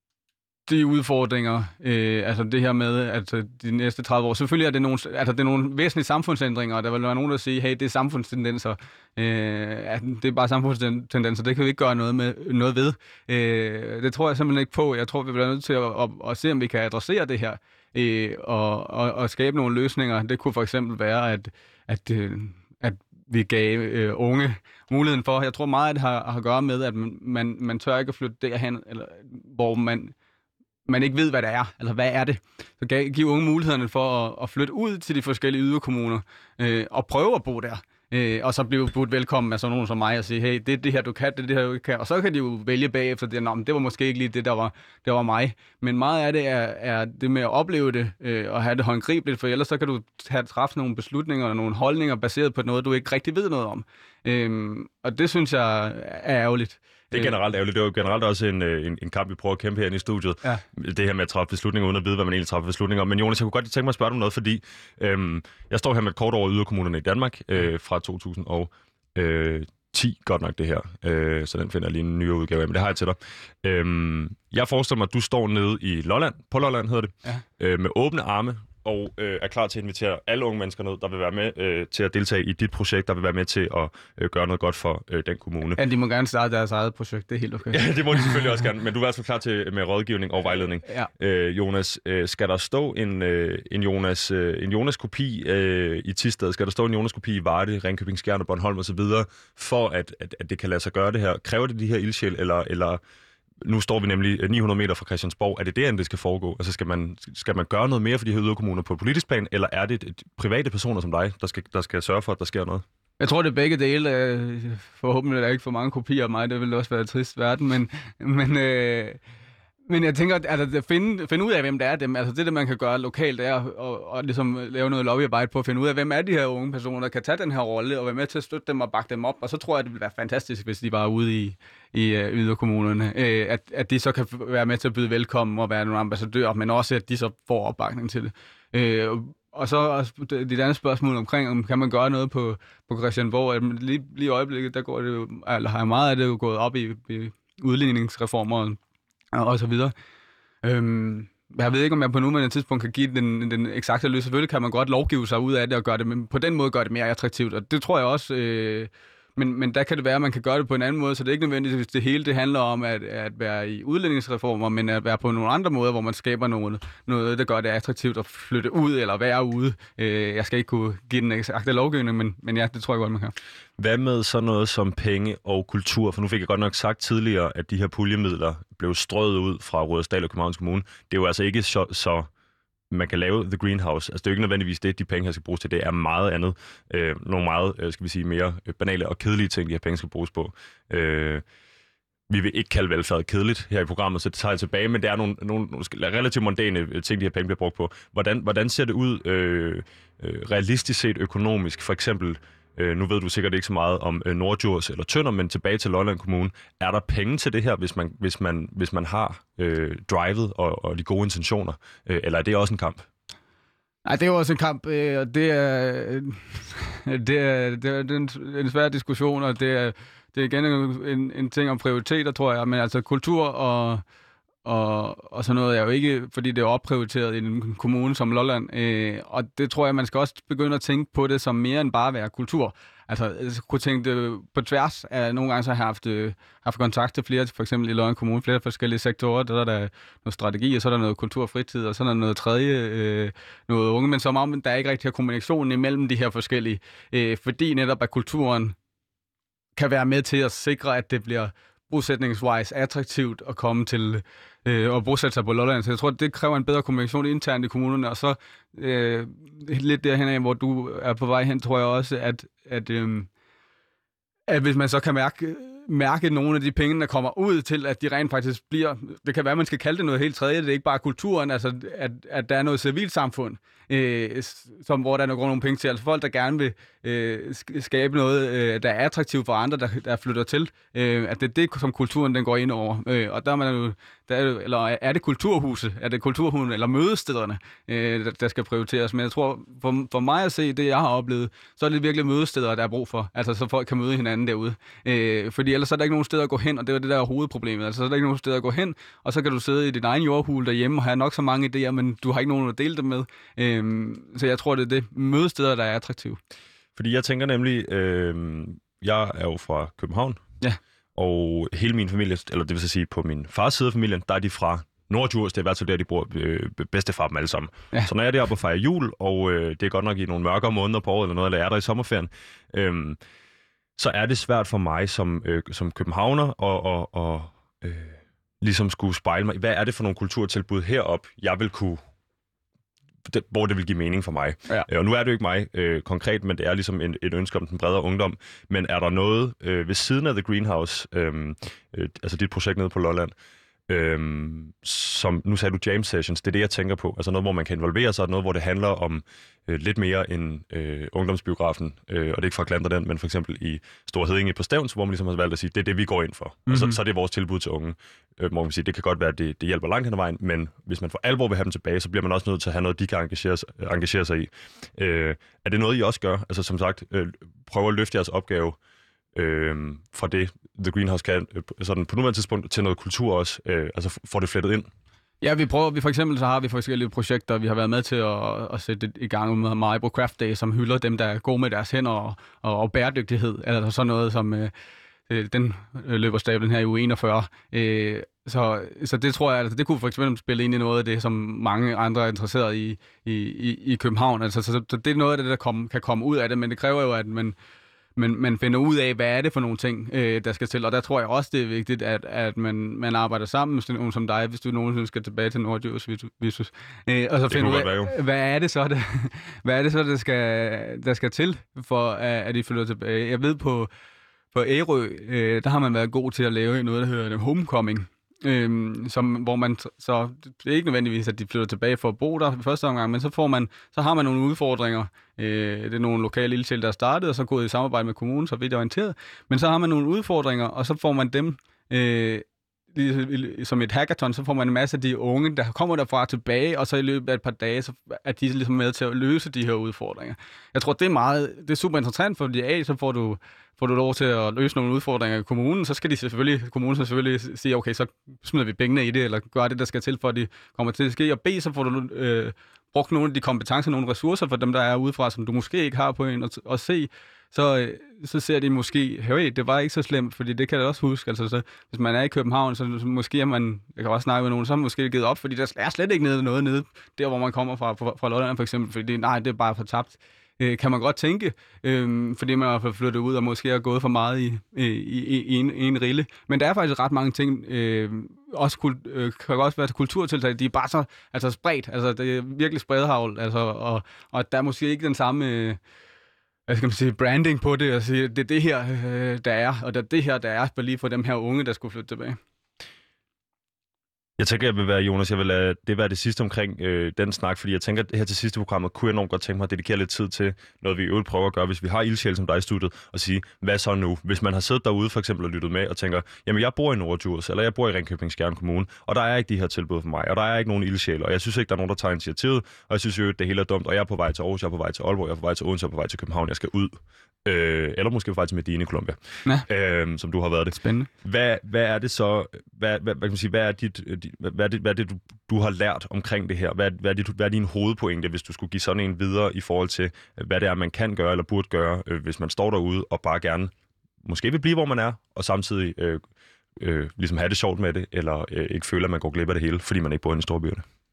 de udfordringer, øh, altså det her med, at de næste tredive år, selvfølgelig er det nogle, altså det er nogle væsentlige samfundsändringer, og der vil være nogen, der siger, hey, det er samfundstendenser, øh, at det er bare samfundstendenser, det kan vi ikke gøre noget, med, noget ved. Øh, det tror jeg simpelthen ikke på. Jeg tror, vi bliver nødt til at, at, at se, om vi kan adressere det her. øh, og, og, og skabe nogle løsninger. Det kunne for eksempel være, at, at, øh, at vi gav øh, unge muligheden for, jeg tror meget, at det har, har at gøre med, at man, man, man tør ikke at flytte derhen, eller, hvor man, man ikke ved, hvad det er. Altså, hvad er det? Så gav, give unge mulighederne for at, at flytte ud til de forskellige yderkommuner øh, og prøve at bo der. Øh, og så blive budt velkommen af sådan nogen som mig og sige, hey, det er det her, du kan, det er det her, du ikke kan. Og så kan de jo vælge bagefter, det, Nå, men det var måske ikke lige det, der var, der var mig. Men meget af det er, er det med at opleve det øh, og have det håndgribeligt, for ellers så kan du have træffe nogle beslutninger og nogle holdninger baseret på noget, du ikke rigtig ved noget om. Øh, og det synes jeg er ærgerligt. Det er generelt ærgerligt. Det er jo generelt også en, en, en kamp, vi prøver at kæmpe herinde i studiet. Ja. Det her med at træffe beslutninger, uden at vide, hvad man egentlig træffer beslutninger om. Men Jonas, jeg kunne godt tænke mig at spørge dig om noget, fordi øhm, jeg står her med et kort over yderkommunerne i Danmark øh, fra to tusind og ti, godt nok det her. Øh, så den finder jeg lige en nyere udgave af, men det har jeg til dig. Øhm, jeg forestiller mig, at du står nede i Lolland, på Lolland hedder det, ja. øh, med åbne arme, og øh, er klar til at invitere alle unge mennesker ned, der vil være med øh, til at deltage i dit projekt, der vil være med til at øh, gøre noget godt for øh, den kommune. Ja, de må gerne starte deres eget projekt, det er helt okay. Ja, det må de selvfølgelig også gerne, men du er i hvert fald klar til med rådgivning og vejledning. Ja. Øh, Jonas, øh, skal der stå en, øh, en Jonas øh, en Jonas-kopi øh, i Thisted? Skal der stå en Jonas-kopi i Varde, Ringkøbing, Skjern, Bornholm og så videre, for at, at, at det kan lade sig gøre det her? Kræver det de her ildsjæl, eller... eller nu står vi nemlig ni hundrede meter fra Christiansborg. Er det der, det skal foregå? Altså skal man, skal man gøre noget mere for de her yderkommuner på politisk plan, eller er det et private personer som dig, der skal, der skal sørge for, at der sker noget? Jeg tror, det er begge dele. Forhåbentlig er der ikke for mange kopier af mig. Det ville også være en trist verden, men... men øh Men jeg tænker, at altså, finde, finde ud af, hvem det er dem. Altså det, der man kan gøre lokalt, er at og, og ligesom lave noget lobbyarbejde på at finde ud af, hvem er de her unge personer, der kan tage den her rolle og være med til at støtte dem og bakke dem op. Og så tror jeg, det ville være fantastisk, hvis de var ude i, i uh, yderkommunerne. Uh, at, at de så kan være med til at byde velkommen og være nogle ambassadører, men også at de så får opbakning til det. Uh, og så også det andet spørgsmål omkring, om kan man gøre noget på, på Christiansborg. Lige, lige i øjeblikket, der går det jo, eller har meget af det jo gået op i, i udligningsreformer og så videre. Øhm, jeg ved ikke, om jeg på nuværende tidspunkt kan give den, den eksakte løsning. Selvfølgelig kan man godt lovgive sig ud af det og gøre det, men på den måde gør det mere attraktivt, og det tror jeg også. Øh, men, men der kan det være, at man kan gøre det på en anden måde, så det er ikke nødvendigvis det hele. Det handler om at, at være i udlændingsreformer, men at være på nogle andre måder, hvor man skaber noget, noget der gør det attraktivt at flytte ud eller være ude. Øh, jeg skal ikke kunne give den eksakte lovgivning, men, men ja, det tror jeg godt, man kan. Hvad med sådan noget som penge og kultur? For nu fik jeg godt nok sagt tidligere, at de her puljemidler blev strøget ud fra Rudersdal og Københavns Kommune. Det er jo altså ikke så, så man kan lave The Greenhouse. Altså det er jo ikke nødvendigvis det, de penge her skal bruges til. Det er meget andet. Øh, nogle meget, øh, skal vi sige, mere banale og kedelige ting, de her penge skal bruges på. Øh, vi vil ikke kalde velfærd kedeligt her i programmet, så det tager jeg tilbage, men det er nogle, nogle, nogle relativt mondæne ting, de her penge bliver brugt på. Hvordan, hvordan ser det ud øh, øh, realistisk set økonomisk? For eksempel, øh, nu ved du sikkert ikke så meget om øh, Norddjurs eller Tønder, men tilbage til Lolland Kommune. Er der penge til det her, hvis man, hvis man, hvis man har øh, drivet og, og de gode intentioner? Øh, eller er det også en kamp? Nej, det er jo også en kamp, øh, og det er, det er, det er, det er en, en svær diskussion, og det er, det er igen en, en ting om prioriteter, tror jeg, men altså kultur og, og, og sådan noget er jo ikke, fordi det er opprioriteret i en kommune som Lolland, øh, og det tror jeg, man skal også begynde at tænke på det som mere end bare at være kultur. Altså, jeg kunne tænke det på tværs af, nogle gange så har jeg haft, øh, haft kontakt til flere, for eksempel i Lolland Kommune, flere forskellige sektorer, der er der noget strategi, og så er der noget kultur og fritid, og så er der noget tredje, øh, noget unge, men som om, der er ikke rigtig har kommunikation imellem de her forskellige, øh, fordi netop at kulturen kan være med til at sikre, at det bliver bosætningswise attraktivt at komme til øh, og bosætte sig på Lolland. Så jeg tror, at det kræver en bedre kommunikation internt i kommunerne, og så øh, lidt derhen af, hvor du er på vej hen, tror jeg også, at, at, øh, at hvis man så kan mærke, mærke nogle af de penge, der kommer ud til, at de rent faktisk bliver, det kan være, at man skal kalde det noget helt tredje, det er ikke bare kulturen, altså at, at der er noget civilsamfund, øh, som, hvor der er nogle penge til, altså folk, der gerne vil øh, skabe noget, øh, der er attraktivt for andre, der, der flytter til, øh, at det er det, som kulturen den går ind over, øh, og der er man jo, der er, eller er det kulturhuset, er det kulturhuset, eller mødestederne, øh, der, der skal prioriteres, men jeg tror, for, for mig at se det, jeg har oplevet, så er det virkelig mødesteder, der er brug for, altså så folk kan møde hinanden derude, øh, fordi ellers er der ikke nogen steder at gå hen, og det er det der hovedproblemet. Altså, så er der ikke nogen steder at gå hen, og så kan du sidde i din egen jordhule derhjemme og have nok så mange idéer, men du har ikke nogen at dele dem med. Øhm, så jeg tror, det er det mødesteder, der er attraktive. Fordi jeg tænker nemlig, øh, jeg er jo fra København, ja. Og hele min familie, eller det vil sige på min fars side af familien, der er de fra Nordjurs, det er i hvert fald der, de bor øh, bedstefar dem alle sammen. Ja. Så når jeg er deroppe og fejrer jul, og øh, det er godt nok i nogle mørkere måneder på året, eller noget, eller er der i sommerferien, øh, så er det svært for mig som, øh, som københavner og, og, og øh, ligesom skulle spejle mig. Hvad er det for nogle kulturtilbud herop, jeg vil kunne, det, hvor det vil give mening for mig. Ja. Øh, og nu er det jo ikke mig øh, konkret, men det er ligesom en, et ønske om den bredere ungdom. Men er der noget øh, ved siden af The Greenhouse, øh, øh, altså dit projekt nede på Lolland, Øhm, som, nu sagde du jam sessions, det er det, jeg tænker på. Altså noget, hvor man kan involvere sig, noget, hvor det handler om øh, lidt mere end øh, ungdomsbiografen, øh, og det er ikke for at klandre den, men for eksempel i Store Heddinge på Stævns, hvor man ligesom har valgt at sige, det er det, vi går ind for. Mm-hmm. Og så, så er det vores tilbud til unge. Øh, hvor man siger, det kan godt være, at det, det hjælper langt hen ad vejen, men hvis man for alvor vil have dem tilbage, så bliver man også nødt til at have noget, de kan engagere, engagere sig i. Øh, er det noget, I også gør? Altså som sagt, øh, prøve at løfte jeres opgave Øh, fra det, The Greenhouse kan, øh, sådan på nuværende tidspunkt, til noget kultur også, øh, altså får det flettet ind? Ja, vi prøver, vi for eksempel så har vi forskellige projekter, vi har været med til at, at sætte i gang med Maribo Craft Day, som hylder dem, der er gode med deres hænder og, og, og bæredygtighed, eller sådan noget, som øh, den løber stablen her i uge enogfyrre. Øh, så, så det tror jeg, altså, det kunne for eksempel spille ind i noget af det, som mange andre er interesseret i, i, i, i København. Altså, så, så det er noget af det, der kom, kan komme ud af det, men det kræver jo, at man Men man finder ud af, hvad er det for nogle ting, øh, der skal til. Og der tror jeg også, det er vigtigt, at, at man, man arbejder sammen med nogen som dig, hvis du nogensinde skal tilbage til Nordjurs. Øh, og så finde ud af, hvad er det så, det, hvad er det så, der skal, der skal til, for at, at I flytter tilbage. Jeg ved, på, på Ærø, øh, der har man været god til at lave noget, der hedder homecoming. Øhm, som, hvor man så, det er ikke nødvendigvis, at de flytter tilbage for at bo der i første omgang, men så, får man, så har man nogle udfordringer. Øh, det er nogle lokale ildsjæle, der er startet, og så gået i samarbejde med kommunen, så vidt orienteret. Men så har man nogle udfordringer, og så får man dem, øh, som et hackathon, så får man en masse af de unge, der kommer derfra tilbage, og så i løbet af et par dage, så er de ligesom med til at løse de her udfordringer. Jeg tror, det er meget, det er super interessant, fordi A, så får du får du lov til at løse nogle udfordringer i kommunen, så skal de selvfølgelig, kommunen så selvfølgelig sige, okay, så smider vi pengene i det, eller gør det, der skal til, for at det kommer til at ske. Og B, så får du øh, brugt nogle af de kompetencer, nogle ressourcer for dem, der er udefra, som du måske ikke har på en, og, og se, så, øh, så ser de måske, hey, det var ikke så slemt, fordi det kan jeg også huske. Altså, så, hvis man er i København, så, så måske er man, jeg kan også snakke med nogen, så har man måske givet op, fordi der er slet ikke nede, noget nede, der hvor man kommer fra, fra, fra Lolland for eksempel, fordi nej, det er bare for tabt. Kan man godt tænke, øh, fordi man har flyttet ud og måske har gået for meget i, i, i, i, en, i en rille. Men der er faktisk ret mange ting, øh, også kult, øh, kan også være kulturtiltag, de er bare så altså spredt, altså det er virkelig spredhavl, altså, og, og der er måske ikke den samme øh, hvad skal man sige, branding på det, og sige, det er det her, øh, der er, og det er det her, der er for lige for dem her unge, der skulle flytte tilbage. Jeg tænker, jeg vil være, Jonas, jeg vil lade det være det sidste omkring øh, den snak, fordi jeg tænker, at her til sidste programmet kunne jeg nok godt tænke mig at dedikere lidt tid til noget, vi i øvrigt prøver at gøre, hvis vi har ildsjæl som dig i studiet, og sige, hvad så nu? Hvis man har siddet derude for eksempel og lyttet med og tænker, jamen jeg bor i Nordjurs, eller jeg bor i Ringkøbing Skjern Kommune, og der er ikke de her tilbud for mig, og der er ikke nogen ildsjæl, og jeg synes ikke, der er nogen, der tager initiativet, og jeg synes jo, at det hele er dumt, og jeg er på vej til Aarhus, jeg er på vej til Aalborg, jeg er på vej til Odense, jeg er på vej til København, jeg skal ud. Øh, eller måske faktisk Medina i Colombia, øh, som du har været det. Spændende. Hvad, hvad er det så, hvad, hvad, hvad kan man sige, hvad er, dit, hvad er det, hvad er det du, du har lært omkring det her? Hvad, hvad, er det, hvad er din hovedpointe, hvis du skulle give sådan en videre i forhold til, hvad det er, man kan gøre eller burde gøre, øh, hvis man står derude og bare gerne måske vil blive, hvor man er, og samtidig øh, øh, ligesom have det sjovt med det, eller øh, ikke føle, at man går glip af det hele, fordi man ikke bor i en stor by.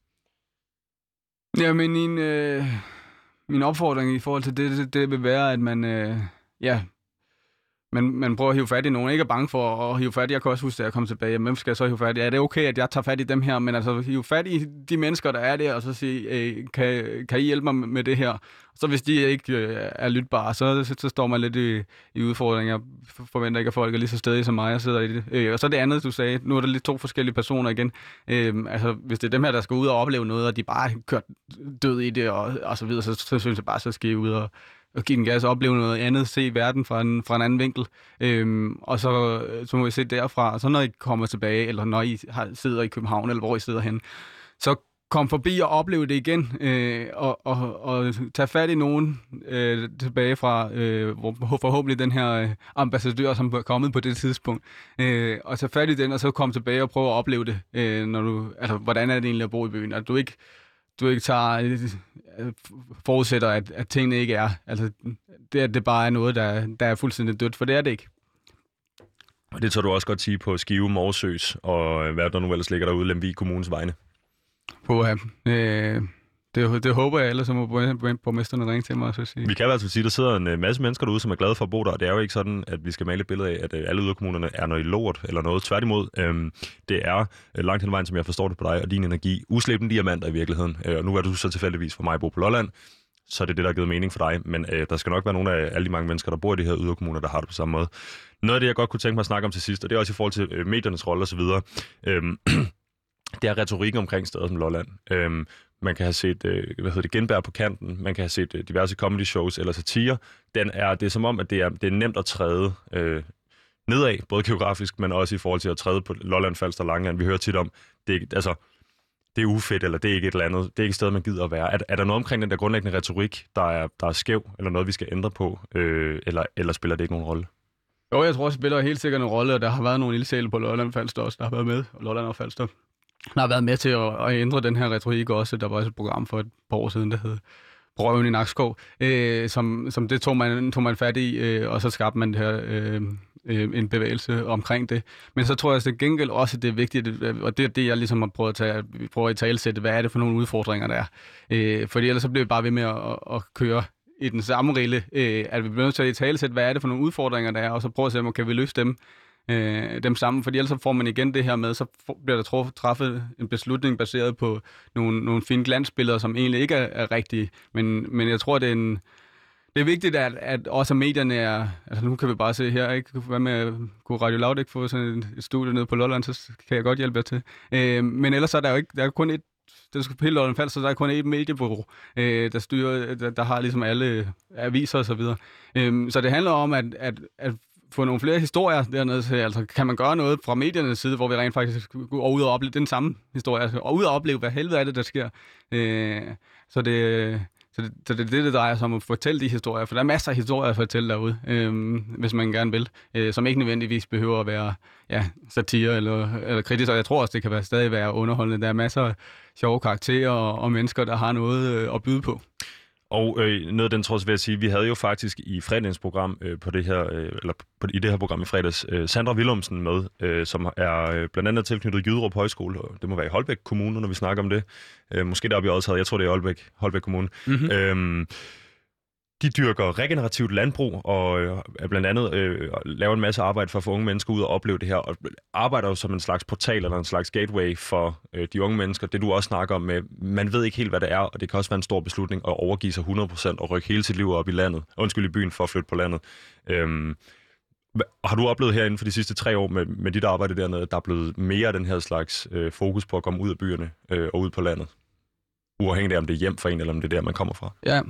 Ja, men en... Øh... Min opfordring i forhold til det, det, det vil være, at man, øh, ja, man, man prøver at hive fat i nogen. Ikke er bange for at hive fat i. Jeg kan også huske, at jeg kom tilbage. Hvem skal jeg så hive fat i? Er det okay, at jeg tager fat i dem her? Men altså hive fat i de mennesker, der er der, og så sige, øh, kan, kan I hjælpe mig med det her? Så hvis de ikke øh, er lytbare, så, så, så står man lidt i, i udfordringer. Jeg forventer ikke, at folk er lige så stedige som mig, og sidder i det. Øh, og så det andet, du sagde. Nu er der lidt to forskellige personer igen. Øh, altså, hvis det er dem her, der skal ud og opleve noget, og de bare har kørt død i det, og, og så videre, så, så synes jeg bare, så skal I ud og og give den gas, opleve noget andet, se verden fra en, fra en anden vinkel. Øhm, og så, så må vi se derfra. Og så når I kommer tilbage, eller når I har, sidder i København, eller hvor I sidder hen, så kom forbi og opleve det igen, øh, og, og, og tage fat i nogen øh, tilbage fra, øh, hvor forhåbentlig den her øh, ambassadør, som er kommet på det tidspunkt, øh, og tage fat i den, og så komme tilbage og prøve at opleve det, øh, når du, altså, hvordan er det egentlig at bo i byen, at du ikke du ikke tager, forudsætter, at, at tingene ikke er. Altså, det, det bare er noget, der, der er fuldstændig dødt, for det er det ikke. Og det tør du også godt sige på Skive, Morsøs og hvad der nu ellers ligger derude, Lemvig Kommunes vegne. På øh, det, det håber jeg ellers, så må borgmesterne ringe til mig og så sige. Vi kan i hvert fald sige, at der sidder en masse mennesker derude, som er glade for at bo der, og det er jo ikke sådan, at vi skal male et billede af, at alle yderkommunerne er noget i lort eller noget. Tværtimod, øhm, det er langt hen vejen, som jeg forstår det på dig, og din energi, uslæbende diamanter i virkeligheden. Øh, og nu er du så tilfældigvis for mig bo på Lolland, så er det det, der har givet mening for dig. Men øh, der skal nok være nogle af alle de mange mennesker, der bor i de her yderkommuner, der har det på samme måde. Noget af det, jeg godt kunne tænke mig at snakke om til sidst, og det er også i forhold til øh, mediernes rolle osv., øhm, det er retorikken omkring steder som Lolland. Øhm, man kan have set, øh, hvad hedder det, Genbær på kanten, man kan have set øh, diverse comedy shows eller satire. Den er, det er som om, at det er, det er nemt at træde øh, nedad, både geografisk, men også i forhold til at træde på Lolland, Falster og Langeland. Vi hører tit om, det er, altså, det er ufedt, eller det er ikke et eller andet, det er ikke et sted, man gider at være. Er, er der noget omkring den der grundlæggende retorik, der er, der er skæv, eller noget, vi skal ændre på, øh, eller, eller spiller det ikke nogen rolle? Jo, jeg tror, det spiller helt sikkert en rolle, og der har været nogle ildsjæle på Lolland Falster også, der har været med, og Lolland og Falster. Der har været med til at, at ændre den her retorik også. Der var også et program for et par år siden, der hed Brøven i Nakskov, øh, som, som det tog man, tog man fat i, øh, og så skabte man det her, øh, øh, en bevægelse omkring det. Men så tror jeg til gengæld også, at det er vigtigt, og det er det, jeg ligesom har prøvet at tage, vi prøver at italesætte, hvad er det for nogle udfordringer, der er. Øh, fordi ellers så bliver vi bare ved med at, at, at køre i den samme rille, øh, at vi bliver nødt til at italesætte, hvad er det for nogle udfordringer, der er, og så prøve at se, om kan vi løse dem. Øh, dem sammen, fordi ellers så får man igen det her med, så bliver der tro, træffet en beslutning baseret på nogle, nogle fine glansbilleder, som egentlig ikke er, er rigtige, men, men jeg tror, det er, en, det er vigtigt, at, at også medierne er, altså nu kan vi bare se her, ikke? Hvad med, kunne Radio Loud ikke få sådan et, et studie nede på Lolland, så kan jeg godt hjælpe jer til. Øh, men ellers er der jo ikke, der er kun et, det skal på hele Lolland Falster, så der er kun et mediebureau, øh, der styrer, der, der har ligesom alle aviser og så videre. Øh, så det handler om, at, at, at få nogle flere historier dernede til. Altså, kan man gøre noget fra mediernes side, hvor vi rent faktisk går ud og opleve den samme historie, altså, og ud og opleve, hvad helvede er det, der sker. Øh, så, det, så, det, så det er det, det drejer sig om at fortælle de historier, for der er masser af historier at fortælle derude, øh, hvis man gerne vil, øh, som ikke nødvendigvis behøver at være ja, satire eller, eller kritisk, og jeg tror også, det kan være, stadig være underholdende. Der er masser af sjove karakterer og, og mennesker, der har noget øh, at byde på. Og øh, noget af den tror jeg vil jeg sige, vi havde jo faktisk i fredagens program øh, på det her, øh, eller på, i det her program i fredags, øh, Sandra Willumsen med, øh, som er øh, blandt andet tilknyttet Jyderup Højskole, og det må være i Holbæk Kommune, når vi snakker om det. Øh, måske deroppe i Odsherred, jeg tror det er Holbæk, Holbæk Kommune. Mm-hmm. Øh, De dyrker regenerativt landbrug og øh, blandt andet øh, laver en masse arbejde for at få unge mennesker ud og opleve det her, og arbejder jo som en slags portal eller en slags gateway for øh, de unge mennesker. Det du også snakker om med, man ved ikke helt, hvad det er, og det kan også være en stor beslutning at overgive sig hundrede procent og rykke hele sit liv op i landet, undskyld i byen for at flytte på landet. Øhm, har du oplevet her inden for de sidste tre år med, med dit arbejde dernede, at der er blevet mere af den her slags øh, fokus på at komme ud af byerne øh, og ud på landet? Uafhængigt af, om det er hjem for en, eller om det er der, man kommer fra. Ja,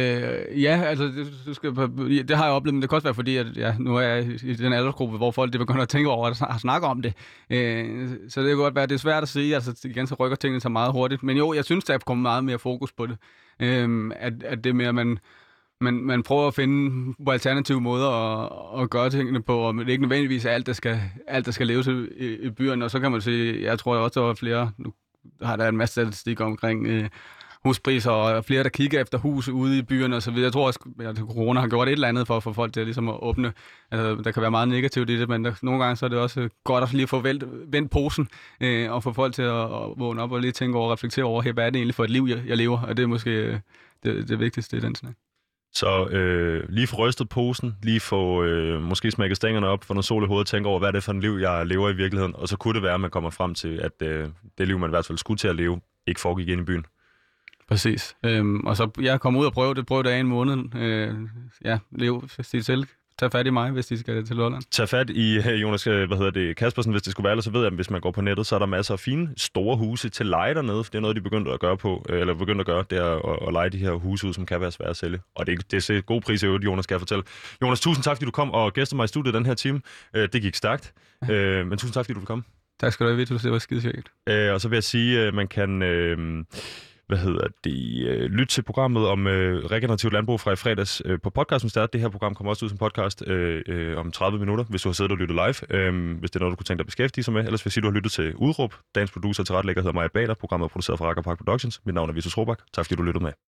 øh, ja altså, det, det, skal, det har jeg oplevet, men det kan også være fordi, at ja, nu er jeg i den aldersgruppe, hvor folk det begynder at tænke over, at snakke om det. Øh, så det kan godt være, det er svært at sige, altså igen, så rykker tingene så meget hurtigt. Men jo, jeg synes, der er kommet meget mere fokus på det. Øh, at, at det med, at man, man, man prøver at finde på alternative måder at, at gøre tingene på, og det er ikke nødvendigvis alt, der skal, alt, der skal leves i, i byerne. Og så kan man sige, jeg tror også, der var flere... Nu, har der en masse statistik omkring øh, huspriser, og flere, der kigger efter hus ude i byerne og så videre. Jeg tror også, at corona har gjort et eller andet for at få folk til at, ligesom at åbne. Altså, der kan være meget negativt i det, men der, nogle gange så er det også godt at lige få vendt, vendt posen øh, og få folk til at, at vågne op og lige tænke over og reflektere over, hey, hvad er det egentlig for et liv, jeg, jeg lever? Og det er måske øh, det, det vigtigste i den snak. Så øh, lige få rystet posen, lige få øh, måske smækket stængerne op, få noget sol i hovedet og tænke over, hvad er det for en liv, jeg lever i virkeligheden. Og så kunne det være, at man kommer frem til, at øh, det liv, man i hvert fald skulle til at leve, ikke foregik ind i byen. Præcis. Øhm, og så jeg kom ud og prøve det, prøve det af en måned. Øh, ja, leve, sige selv. Tag fat i mig, hvis de skal til Lolland. Tag fat i Jonas, hvad hedder det, Kaspersen, hvis det skulle være, eller så ved jeg, at hvis man går på nettet, så er der masser af fine, store huse til leje dernede. Det er noget, de begyndte at gøre på, eller begyndte at gøre, det er at, at leje de her huse ud, som kan være svære at sælge. Og det, det er gode priser i øvrigt, Jonas, skal jeg fortælle. Jonas, tusind tak, fordi du kom og gæstede mig i studiet den her time. Det gik stærkt, ja. Men tusind tak, fordi du ville komme. Tak skal du have, Vitus. Det var skide sjovt. Og så vil jeg sige, at man kan... Øh, hvad hedder det, øh, lyt til programmet om øh, regenerativt landbrug fra i fredags øh, på podcasten Start. Det her program kommer også ud som podcast øh, øh, om tredive minutter, hvis du har siddet og lyttet live. Øh, hvis det er noget, du kunne tænke dig at beskæftige sig med. Ellers vil jeg sige, at du har lyttet til Udråb. Dagens producer til retlægger hedder Maja Bader. Programmet er produceret fra Rakker Park Productions. Mit navn er Vitus Robak. Tak fordi du lyttede med.